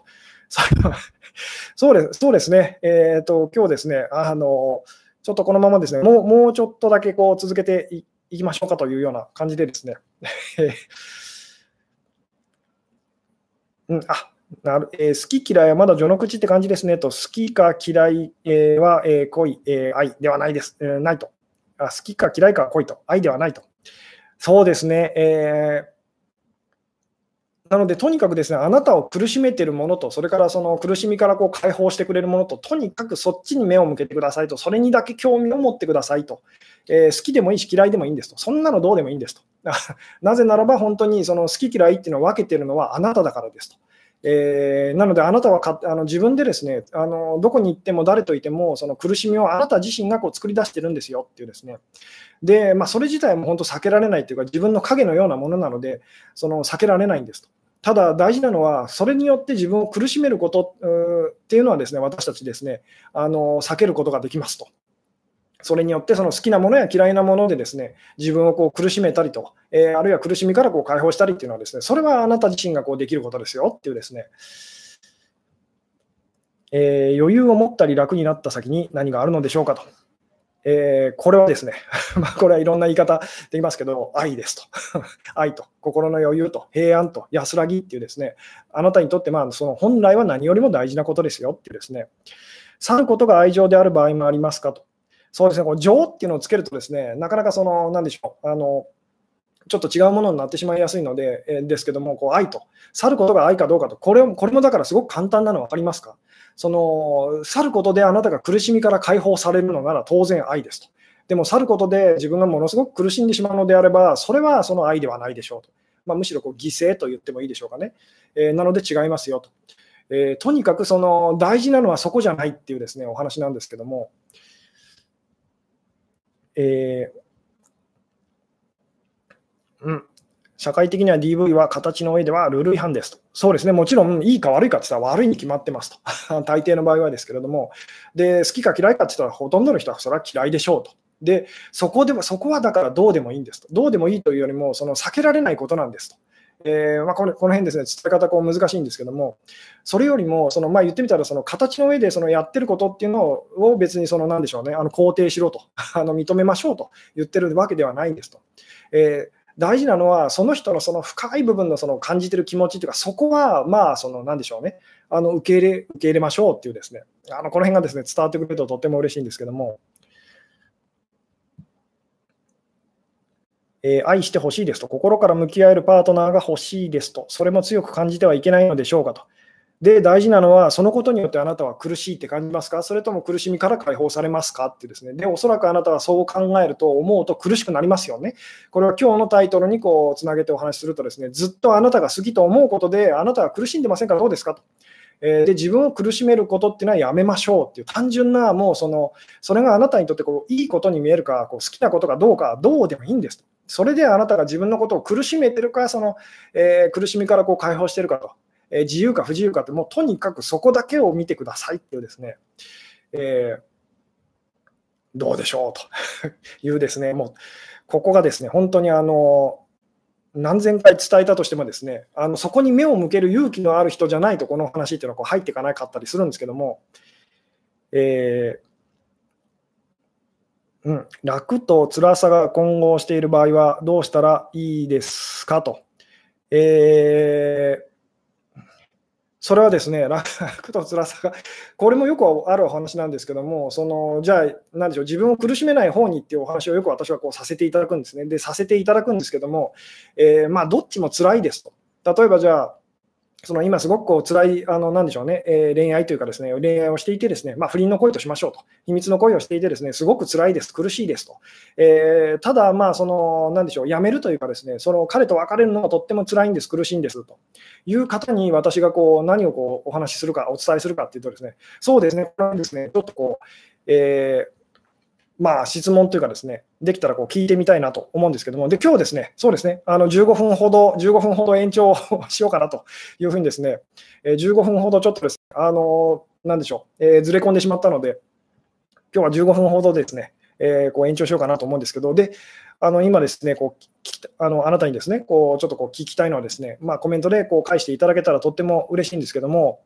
そうですね、今日ですね、ちょっとこのままですね、もうちょっとだけ続けていきましょうかというような感じでですね、好き嫌いはまだ序の口って感じですねと、好きか嫌いは恋、愛ではないです、ないと。好きか嫌いかは恋と、愛ではないと。そうですね、なので、とにかくですね、あなたを苦しめているものと、それからその苦しみから解放してくれるものと、とにかくそっちに目を向けてくださいと、それにだけ興味を持ってくださいと、好きでもいいし、嫌いでもいいんですと、そんなのどうでもいいんですと。なぜならば、本当にその好き嫌いっていうのを分けているのはあなただからですと。なので、あなたは自分でですね、どこに行っても誰といても、その苦しみをあなた自身が作り出してるんですよっていうですね。で、それ自体も本当避けられないというか、自分の影のようなものなので、避けられないんですと。ただ大事なのは、それによって自分を苦しめることっていうのはですね、私たちですね、避けることができますと。それによってその好きなものや嫌いなものでですね、自分を苦しめたりと、あるいは苦しみから解放したりっていうのはですね、それはあなた自身ができることですよっていうですね、余裕を持ったり楽になった先に何があるのでしょうかと。これはですね、これはいろんな言い方できますけど、愛ですと。愛と、心の余裕と、平安と、安らぎっていうですね、あなたにとってその本来は何よりも大事なことですよっていうですね、去ることが愛情である場合もありますかと。そうですね、情っていうのをつけるとですね、なかなかなんでしょう、ちょっと違うものになってしまいやすいので、ですけども、愛と、去ることが愛かどうかと、これもだからすごく簡単なの分かりますか？去ることであなたが苦しみから解放されるのなら当然愛ですと。でも去ることで自分がものすごく苦しんでしまうのであれば、それはその愛ではないでしょうと。むしろ犠牲と言ってもいいでしょうかね。なので違いますよと。とにかく大事なのはそこじゃないっていうですね、お話なんですけども、社会的には DV は形の上ではルール違反ですと。そうですね、もちろんいいか悪いかって言ったら悪いに決まってますと。大抵の場合はですけれども、で好きか嫌いかって言ったらほとんどの人はそれは嫌いでしょうと。でそこはだからどうでもいいんですと。どうでもいいというよりも避けられないことなんですと。この辺ですね、伝え方難しいんですけども、それよりも言ってみたら形の上でやってることっていうのを別になんでしょうね、肯定しろと認めましょうと言ってるわけではないんですと。大事なのは、その人の深い部分の感じてる気持ちというか、そこはなんでしょうね、受け入れましょうっていうですね、この辺がですね伝わってくるととっても嬉しいんですけども、愛してほしいですと、心から向き合えるパートナーが欲しいですと、それも強く感じてはいけないのでしょうかと。で、大事なのは、そのことによってあなたは苦しいって感じますか、それとも苦しみから解放されますかってですね。で、おそらくあなたはそう考えると、思うと苦しくなりますよね。これは今日のタイトルにつなげてお話しするとですね、ずっとあなたが好きと思うことで、あなたは苦しんでませんか、どうですかと。で、自分を苦しめることっていうのはやめましょうっていう単純な、もうそれがあなたにとっていいことに見えるか、好きなことかどうか、どうでもいいんですと。それであなたが自分のことを苦しめてるか、苦しみから解放してるかと。自由か不自由かって、もうとにかくそこだけを見てくださいっていうですね、どうでしょうというですね、もうここがですね、本当に何千回伝えたとしてもですね、そこに目を向ける勇気のある人じゃないと、この話っていうのは入っていかなかったりするんですけども、楽と辛さが混合している場合はどうしたらいいですかと。それはですね、楽と辛さが、これもよくあるお話なんですけども、じゃあ、なんでしょう、自分を苦しめない方にっていうお話をよく私はさせていただくんですね。で、させていただくんですけども、どっちも辛いですと。例えばじゃあ、 その今すごくこう辛い、なんでしょうね、恋愛というかですね、恋愛をしていてですね、不倫の恋としましょうと、秘密の恋をしていてですね、すごく辛いです、苦しいですと。ただ、その、なんでしょう、辞めるというかですね、その彼と別れるのがとっても辛いんです、苦しいんですという方に私がこう何をこうお話しするか、お伝えするかっていうとですね、そうですね、これはですね、ちょっとこう、質問というかですね、できたらこう聞いてみたいなと思うんですけども、で、今日ですね、そうですね、15分ほど延長しようかなというふうにですね、15分ほどちょっとですね、なんでしょう、ずれ込んでしまったので、今日は15分ほどですね、こう延長しようかなと思うんですけど、で、今ですね、こうあなたにですね、こうちょっとこう聞きたいのはですね、コメントでこう返していただけたらとっても嬉しいんですけども、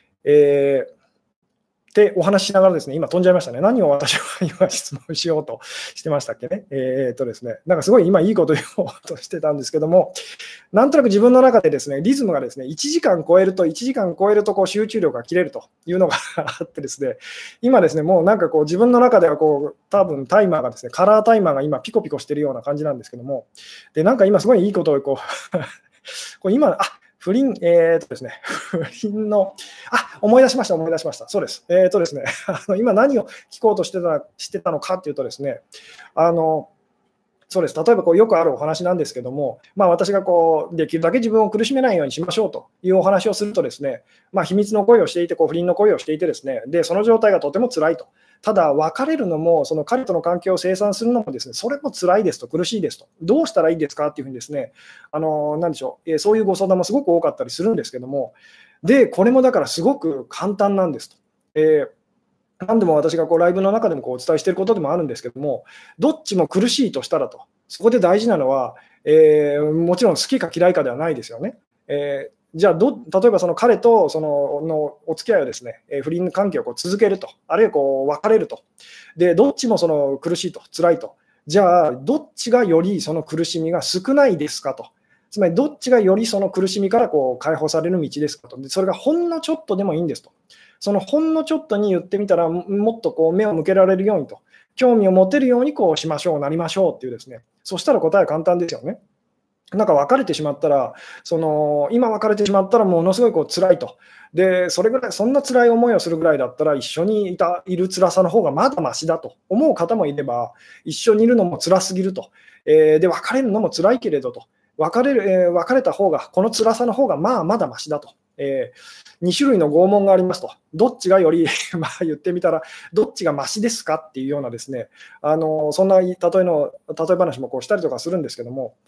で、お話ししながらですね、今飛んじゃいましたね。何を私は今質問しようとしてましたっけね。ですね、なんかすごい今いいこと言おうとしてたんですけども、なんとなく自分の中でですね、リズムがですね、1時間超えると、こう集中力が切れるというのがあってですね、今ですね、もうなんかこう自分の中ではこう、多分タイマーがですね、カラータイマーが今ピコピコしてるような感じなんですけども、で、なんか今すごいいいことをこうこう今、不倫、ですね、不倫の、思い出しました、思い出しました。そうです。ですね、今何を聞こうとしてたのかっていうとですね、そうです。例えばこうよくあるお話なんですけども、私がこうできるだけ自分を苦しめないようにしましょうというお話をするとですね、秘密の恋をしていて、不倫の恋をしていてですね、で、その状態がとても辛いと。ただ、別れるのも、その彼との関係を清算するのもですね、それも辛いですと、苦しいですと、どうしたらいいですかっていうふうにですね、なんでしょう、そういうご相談もすごく多かったりするんですけども、で、これもだからすごく簡単なんですと。何度も私がこうライブの中でもこうお伝えしていることでもあるんですけども、どっちも苦しいとしたらと、そこで大事なのは、もちろん好きか嫌いかではないですよね。じゃあ例えばその彼とのお付き合いをですね、不倫関係をこう続けると、あるいはこう別れると、でどっちもその苦しいと、辛いと、じゃあどっちがよりその苦しみが少ないですかと、つまりどっちがよりその苦しみからこう解放される道ですかと、でそれがほんのちょっとでもいいんですと。そのほんのちょっとに言ってみたら、もっとこう目を向けられるようにと、興味を持てるようにこうしましょう、なりましょうっていうですね、そしたら答えは簡単ですよね。なんか別れてしまったら、今別れてしまったらものすごいこう辛いと。で、それぐらい、そんな辛い思いをするぐらいだったら、一緒にいる辛さの方がまだマシだと思う方もいれば、一緒にいるのも辛すぎると。で、別れるのも辛いけれどと。別れた方が、この辛さの方がまだマシだと。2種類の拷問がありますと。どっちがより言ってみたら、どっちがマシですかっていうようなですね、そんな例え話もこうしたりとかするんですけども、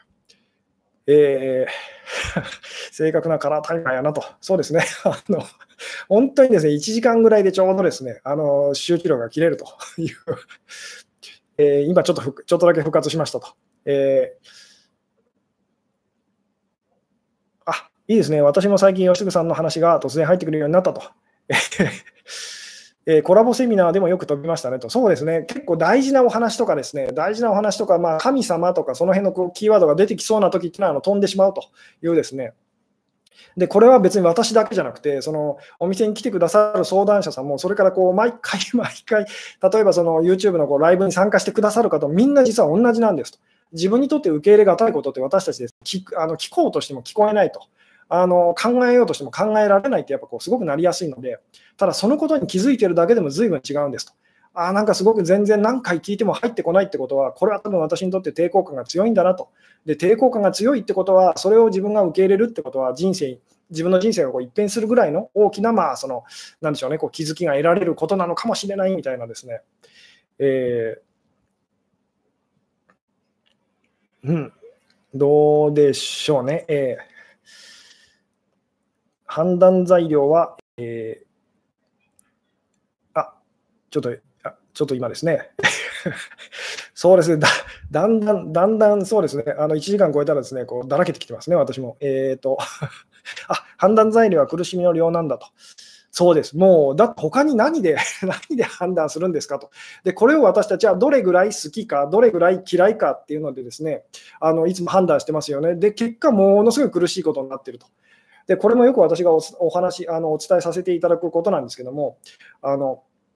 正確なカラータイマーやなと。そうですね。本当にですね、1時間ぐらいでちょうどですね、集中力が切れるという、今ちょっとだけ復活しましたと。いいですね。私も最近、吉嗣さんの話が突然入ってくるようになったと。コラボセミナーでもよく飛びましたねと。そうですね。結構大事なお話とかですね、神様とかその辺のこうキーワードが出てきそうな時っていうのは飛んでしまうというですね。で、これは別に私だけじゃなくて、そのお店に来てくださる相談者さんも、それからこう毎回、例えばその YouTube のこうライブに参加してくださる方もみんな実は同じなんですと。自分にとって受け入れがたいことって私たちです聞こうとしても聞こえないと。考えようとしても考えられないってやっぱこうすごくなりやすいので、ただそのことに気づいているだけでも随分違うんですと。なんかすごく全然何回聞いても入ってこないってことは、これは多分私にとって抵抗感が強いんだなと。で、抵抗感が強いってことは、それを自分が受け入れるってことは、自分の人生がこう一変するぐらいの大きな、なんでしょうね、こう気づきが得られることなのかもしれないみたいなですね。どうでしょうね。判断材料は、ちょっと今ですね。そうですね、だんだんそうですね、1時間超えたらですね、こうだらけてきてますね、私も。判断材料は苦しみの量なんだと。そうです。もう、他に何で何で判断するんですかと。で、これを私たちはどれぐらい好きか、どれぐらい嫌いかっていうのでですね、いつも判断してますよね。で、結果、ものすごい苦しいことになっていると。で、これもよく私がお伝えさせていただくことなんですけども、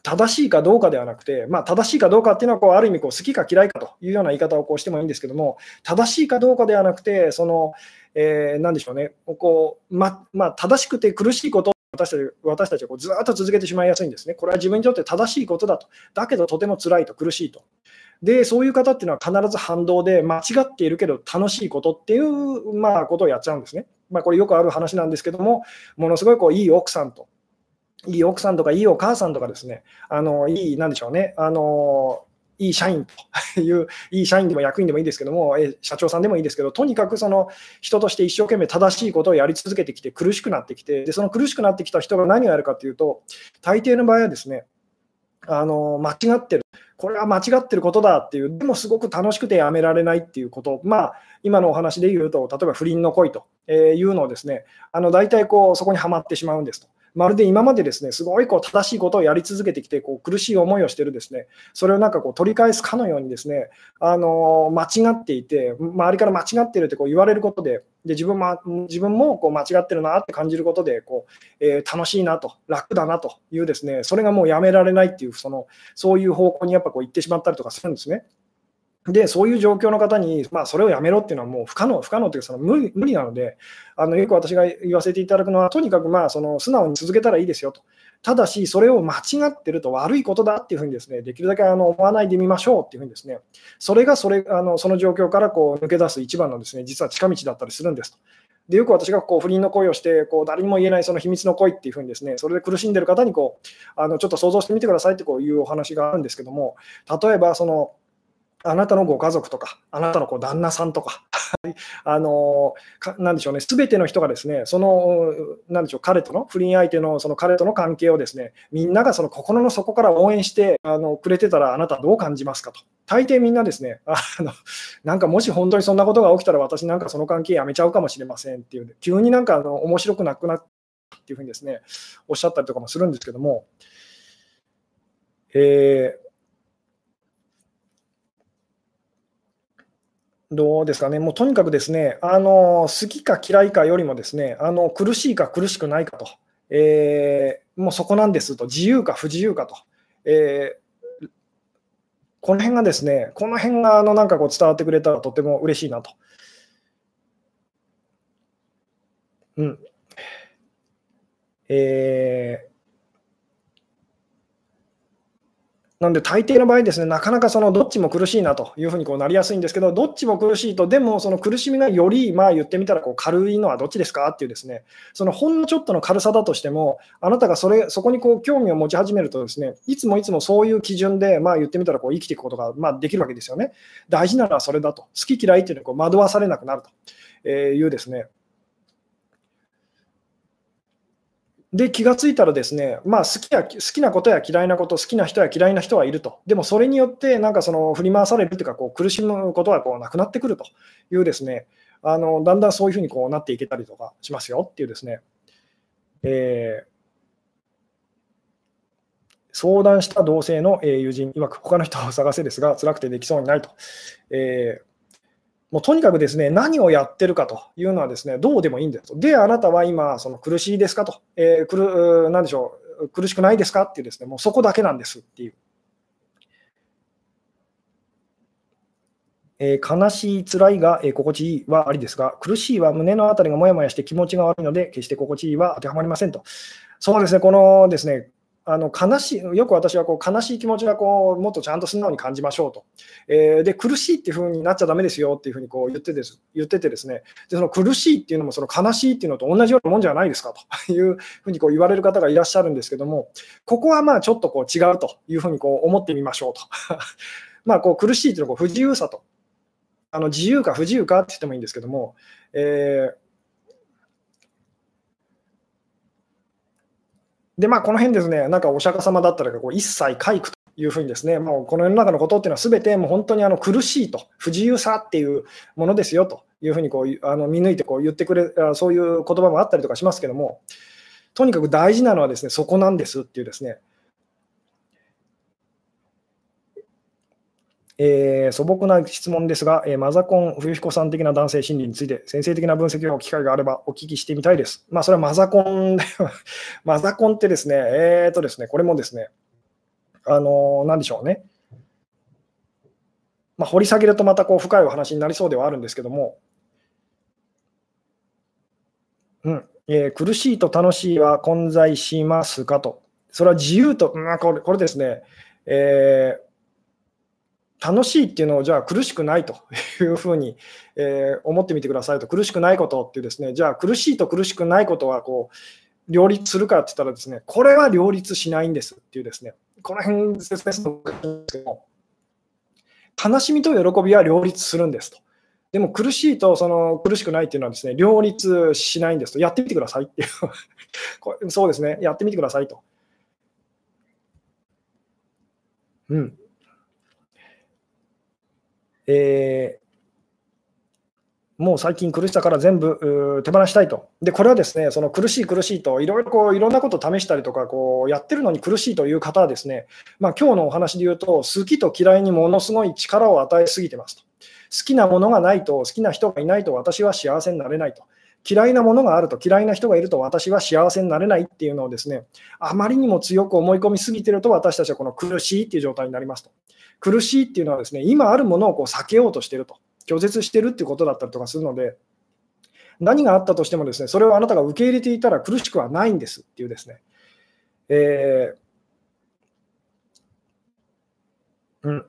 正しいかどうかではなくて、正しいかどうかっていうのはある意味好きか嫌いかというような言い方をしてもいいんですけども、正しいかどうかではなくて、なんでしょうね、正しくて苦しいことを私たちはずっと続けてしまいやすいんですね。これは自分にとって正しいことだと。だけどとても辛いと、苦しいと。で、そういう方っていうのは必ず反動で間違っているけど楽しいことっていう、ことをやっちゃうんですね。これよくある話なんですけども、ものすごいいい奥さんとかいいお母さんとかですね、なんでしょうね、いい社員という、いい社員でも役員でもいいですけども、社長さんでもいいですけど、とにかく人として一生懸命正しいことをやり続けてきて、苦しくなってきて、でその苦しくなってきた人が何をやるかというと、大抵の場合はですね、間違ってる、これは間違ってることだっていう、でもすごく楽しくてやめられないっていうこと、今のお話で言うと、例えば不倫の恋というのをですね、大体そこにはまってしまうんですと。まるで今までですね、すごい正しいことをやり続けてきて、苦しい思いをしてるですね、それを取り返すかのようにですね、間違っていて、周りから間違ってるって言われることで、自分も間違ってるなって感じることで楽しいなと、楽だなというですね、それがもうやめられないっていう、そういう方向にやっぱ行ってしまったりとかするんですね。で、そういう状況の方に、それをやめろっていうのはもう不可能というか無理なので、よく私が言わせていただくのは、とにかく素直に続けたらいいですよと。ただし、それを間違ってると悪いことだっていうふうにですね、できるだけ思わないでみましょうっていうふうにですね、それがその状況から抜け出す一番のですね、実は近道だったりするんですと。で、よく私が不倫の恋をして、誰にも言えないその秘密の恋っていうふうにですね、それで苦しんでる方にちょっと想像してみてくださいっていうお話があるんですけども、例えばあなたのご家族とか、あなたの旦那さんとか、なんでしょうね、すべての人がですね、なんでしょう、不倫相手の彼との関係をですね、みんなが心の底から応援してくれてたら、あなたはどう感じますかと。大抵みんなですね、なんかもし本当にそんなことが起きたら、私なんかその関係やめちゃうかもしれませんっていう、急に面白くなくなったっていうふうにですね、おっしゃったりとかもするんですけども、どうですかね、もうとにかくですね、好きか嫌いかよりもですね、苦しいか苦しくないかと、もうそこなんですと、自由か不自由かと、この辺がですね、なんか伝わってくれたらとても嬉しいなと。うん。なんで大抵の場合ですね、なかなかどっちも苦しいなというふうになりやすいんですけど、どっちも苦しいと、でもその苦しみがより、言ってみたら軽いのはどっちですかっていうですね、そのほんのちょっとの軽さだとしても、あなたがそこに興味を持ち始めるとですね、いつもそういう基準で、言ってみたら生きていくことができるわけですよね。大事なのはそれだと。好き嫌いっていうのを惑わされなくなるというですね。で、気がついたらですね、好きなことや嫌いなこと、好きな人や嫌いな人はいると。でもそれによって、なんか振り回されるというか、苦しむことはなくなってくるというですね、だんだんそういうふうになっていけたりとかしますよっていうですね、相談した同性の友人曰く、他の人を探せですが、辛くてできそうにないと。もうとにかくですね、何をやってるかというのはですね、どうでもいいんですと。で、あなたは今、苦しいですかと、なんでしょう、苦しくないですかっていうですね、もうそこだけなんですっていう。悲しい、辛いが、心地いいはありですが、苦しいは胸のあたりがもやもやして気持ちが悪いので、決して心地いいは当てはまりませんと。そうですね、このですね、よく私は悲しい気持ちがもっとちゃんと素直に感じましょうと。で、苦しいっていう風になっちゃだめですよっていう風に言っててですね、でその苦しいっていうのも悲しいっていうのと同じようなもんじゃないですかという風に言われる方がいらっしゃるんですけども、ここはちょっと違うという風に思ってみましょうと。苦しいっていうのは不自由さと。自由か不自由かって言ってもいいんですけども、で、この辺ですね、なんかお釈迦様だったら一切皆苦というふうにですね、もうこの世の中のことっていうのは全てもう本当に苦しいと、不自由さっていうものですよというふうに見抜いて言ってくれ、そういう言葉もあったりとかしますけども、とにかく大事なのはですね、そこなんですっていうですね、素朴な質問ですが、マザコン、冬彦さん的な男性心理について、先生的な分析の機会があればお聞きしてみたいです。それはマザコンで、マザコンってですね、ですね、これもですね、 なんでしょうね。掘り下げるとまたこう深いお話になりそうではあるんですけども、苦しいと楽しいは混在しますかと。それは自由と、これですね、楽しいっていうのを、じゃあ苦しくないというふうに、思ってみてくださいと。苦しくないことっていうですね、じゃあ苦しいと苦しくないことはこう両立するかって言ったらですね、これは両立しないんですっていうですね、この辺説明するの難しいんですけども、悲しみと喜びは両立するんですと。でも苦しいとその苦しくないっていうのはですね、両立しないんですと。やってみてくださいっていうそうですね、やってみてくださいと。うん。もう最近苦しさから全部手放したいと。で、これはですね、その苦しい苦しいといろいろこういろんなことを試したりとかこうやってるのに苦しいという方はですね、今日のお話で言うと、好きと嫌いにものすごい力を与えすぎてますと。好きなものがないと、好きな人がいないと私は幸せになれないと。嫌いなものがあると、嫌いな人がいると私は幸せになれないっていうのをですね、あまりにも強く思い込みすぎていると、私たちはこの苦しいっていう状態になりますと。苦しいっていうのはですね、今あるものをこう避けようとしていると。拒絶してるっていうことだったりとかするので、何があったとしてもですね、それをあなたが受け入れていたら苦しくはないんですっていうですね、えーうん、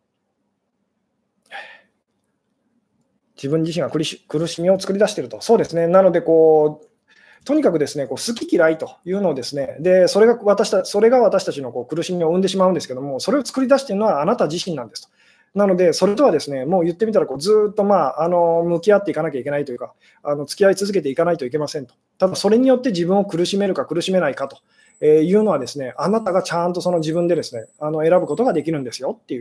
自分自身が苦しみを作り出していると。そうですね。なのでとにかくですね、好き嫌いというのをですね、でそれが私たちの苦しみを生んでしまうんですけども、それを作り出しているのはあなた自身なんですと。なので、それとはですね、もう言ってみたらずっと、向き合っていかなきゃいけないというか、付き合い続けていかないといけませんと。ただ、それによって自分を苦しめるか苦しめないかというのはですね、あなたがちゃんとその自分でですね、選ぶことができるんですよっていう。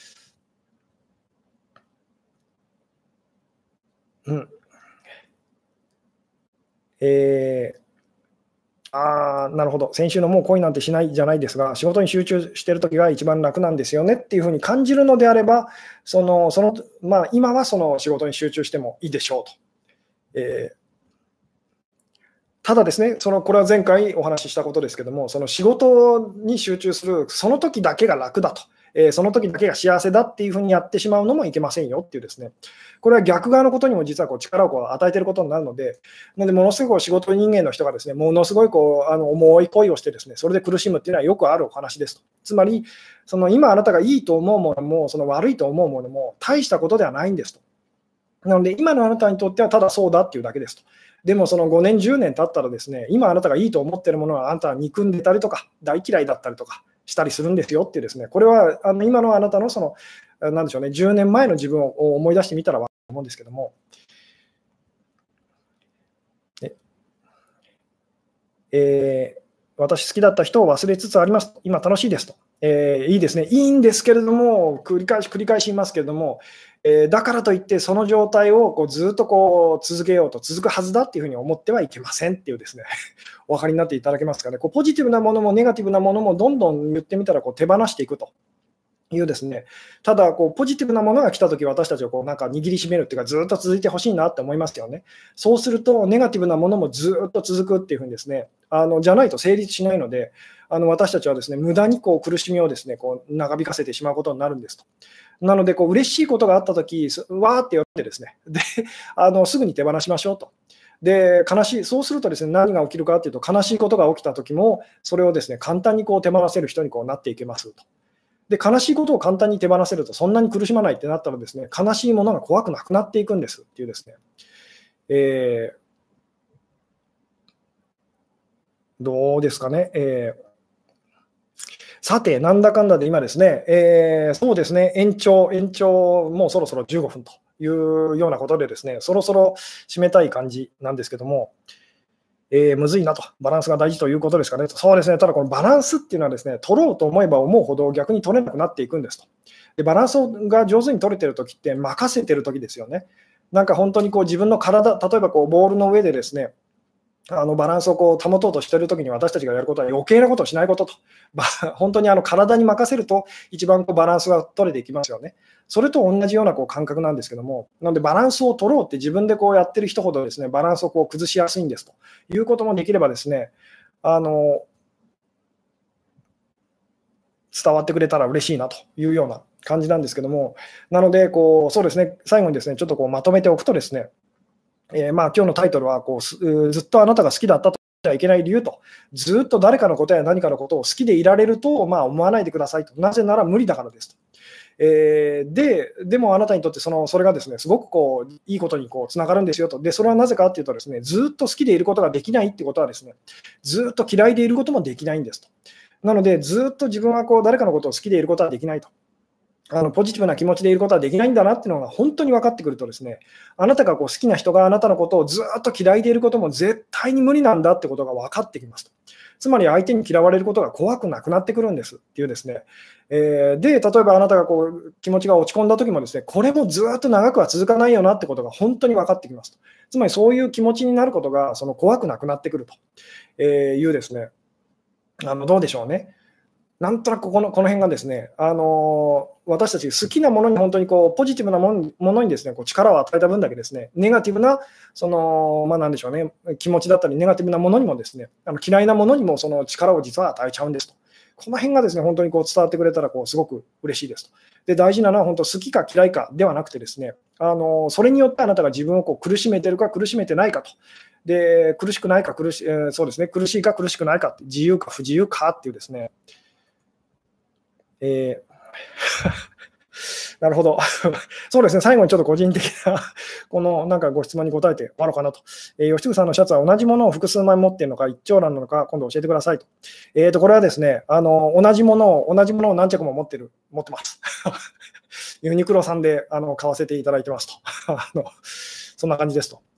うん。えーなるほど。先週のもう恋なんてしないじゃないですが、仕事に集中しているときが一番楽なんですよねっていうふうに感じるのであれば、今はその仕事に集中してもいいでしょうと。えーただですね、これは前回お話ししたことですけども、その仕事に集中する、その時だけが楽だと、その時だけが幸せだっていうふうにやってしまうのもいけませんよっていうですね、これは逆側のことにも実は力を与えていることになるので、ものすごい仕事人間の人がですね、ものすごい重い恋をしてですね、それで苦しむっていうのはよくあるお話ですと。つまり、今あなたがいいと思うものも、悪いと思うものも、大したことではないんですと。なので、今のあなたにとってはただそうだっていうだけですと。でも、その5年、10年経ったらですね、今あなたがいいと思っているものは、あなたは憎んでたりとか、大嫌いだったりとかしたりするんですよっていうですね、これは今のあなたのなんでしょうね、10年前の自分を思い出してみたら分かると思うんですけども、私好きだった人を忘れつつあります。今楽しいですと。いいですね。いいんですけれども、繰り返し言いますけれども、だからといってその状態をずっと続けようと、続くはずだっていうふうに思ってはいけませんっていうですね、お分かりになっていただけますかね。ポジティブなものもネガティブなものもどんどん言ってみたら手放していくと。いうですね、ただポジティブなものが来たとき、私たちをなんか握りしめるっていうか、ずっと続いてほしいなって思いますよね。そうすると、ネガティブなものもずっと続くっていうふうにですね、じゃないと成立しないので、私たちはですね、無駄に苦しみをですね、長引かせてしまうことになるんですと。なので、嬉しいことがあったとき、わーって寄ってですね、すぐに手放しましょうと。で、そうするとですね、何が起きるかっていうと、悲しいことが起きたときも、それをですね、簡単に手放せる人になっていけますと。で、悲しいことを簡単に手放せると、そんなに苦しまないってなったらですね、悲しいものが怖くなくなっていくんですっていうですね、えどうですかね。さて、なんだかんだで今ですね、そうですね、延長、もうそろそろ15分というようなことでですね、そろそろ締めたい感じなんですけども、むずいなと、バランスが大事ということですかね。そうですね、ただこのバランスっていうのはですね、取ろうと思えば思うほど逆に取れなくなっていくんですと。で、バランスが上手に取れてるときって任せてるときですよね。なんか本当に自分の体、例えばボールの上でですね、バランスを保とうとしているときに私たちがやることは余計なことをしないことと、本当に体に任せると一番バランスが取れていきますよね。それと同じような感覚なんですけども、なのでバランスを取ろうって自分でやってる人ほどですね、バランスを崩しやすいんですということもできればですね、あの伝わってくれたら嬉しいなというような感じなんですけども、なので、そうですね、最後にですね、ちょっとまとめておくとですね、今日のタイトルはずっとあなたが好きだったと言ってはいけない理由と、ずっと誰かのことや何かのことを好きでいられると、思わないでくださいと、なぜなら無理だからですと。でもあなたにとってそれがですね、すごくいいことにつながるんですよと。で、それはなぜかっていうとですね、ずっと好きでいることができないってことはですね、ずっと嫌いでいることもできないんですと。なので、ずっと自分は誰かのことを好きでいることはできないと。ポジティブな気持ちでいることはできないんだなっていうのが本当に分かってくるとですね、あなたが好きな人があなたのことをずっと嫌いでいることも絶対に無理なんだってことが分かってきますと。つまり相手に嫌われることが怖くなくなってくるんですっていうですね。で、例えばあなたが気持ちが落ち込んだ時もですね、これもずっと長くは続かないよなってことが本当に分かってきますと。つまりそういう気持ちになることが怖くなくなってくるというですね、どうでしょうね。なんとなくこの辺がですね、私たち好きなものに本当にポジティブなものにですね、力を与えた分だけですね、ネガティブな、なんでしょうね、気持ちだったり、ネガティブなものにもですね、嫌いなものにもその力を実は与えちゃうんですと。この辺がですね、本当に伝わってくれたらすごく嬉しいですと。で、大事なのは本当好きか嫌いかではなくてですね、それによってあなたが自分を苦しめてるか苦しめてないかと。で、苦しくないかそうですね、苦しいか苦しくないか、自由か不自由かっていうですね、なるほど。そうですね、最後にちょっと個人的ななんかご質問に答えて終わろうかなと。吉嗣さんのシャツは同じものを複数枚持っているのか、一長乱なのか、今度教えてくださいと。これはですね、同じものを何着も持ってます。ユニクロさんで買わせていただいてますと。そんな感じですと。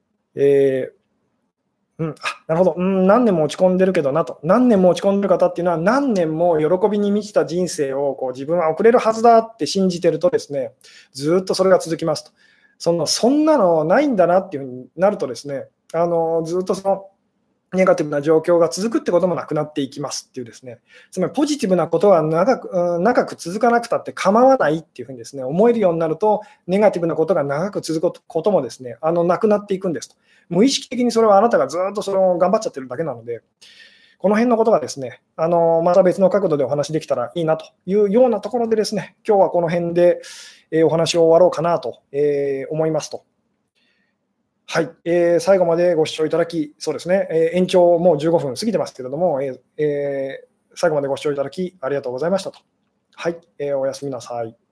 なるほど、何年も落ち込んでるけどなと、何年も落ち込んでる方っていうのは、何年も喜びに満ちた人生を自分は送れるはずだって信じてるとですね、ずっとそれが続きますと。そんなのないんだなっていうふうになるとですね、ずっとネガティブな状況が続くってこともなくなっていきますっていうですね、つまりポジティブなことは長く続かなくたって構わないっていうふうにですね、思えるようになると、ネガティブなことが長く続くこともですね、なくなっていくんですと。無意識的にそれはあなたがずっと頑張っちゃってるだけなので、この辺のことがですね、また別の角度でお話できたらいいなというようなところでですね、今日はこの辺でお話を終わろうかなと思いますと。はい、最後までご視聴いただき、そうですね、延長もう15分過ぎてますけれども、最後までご視聴いただきありがとうございましたと。はい、おやすみなさい。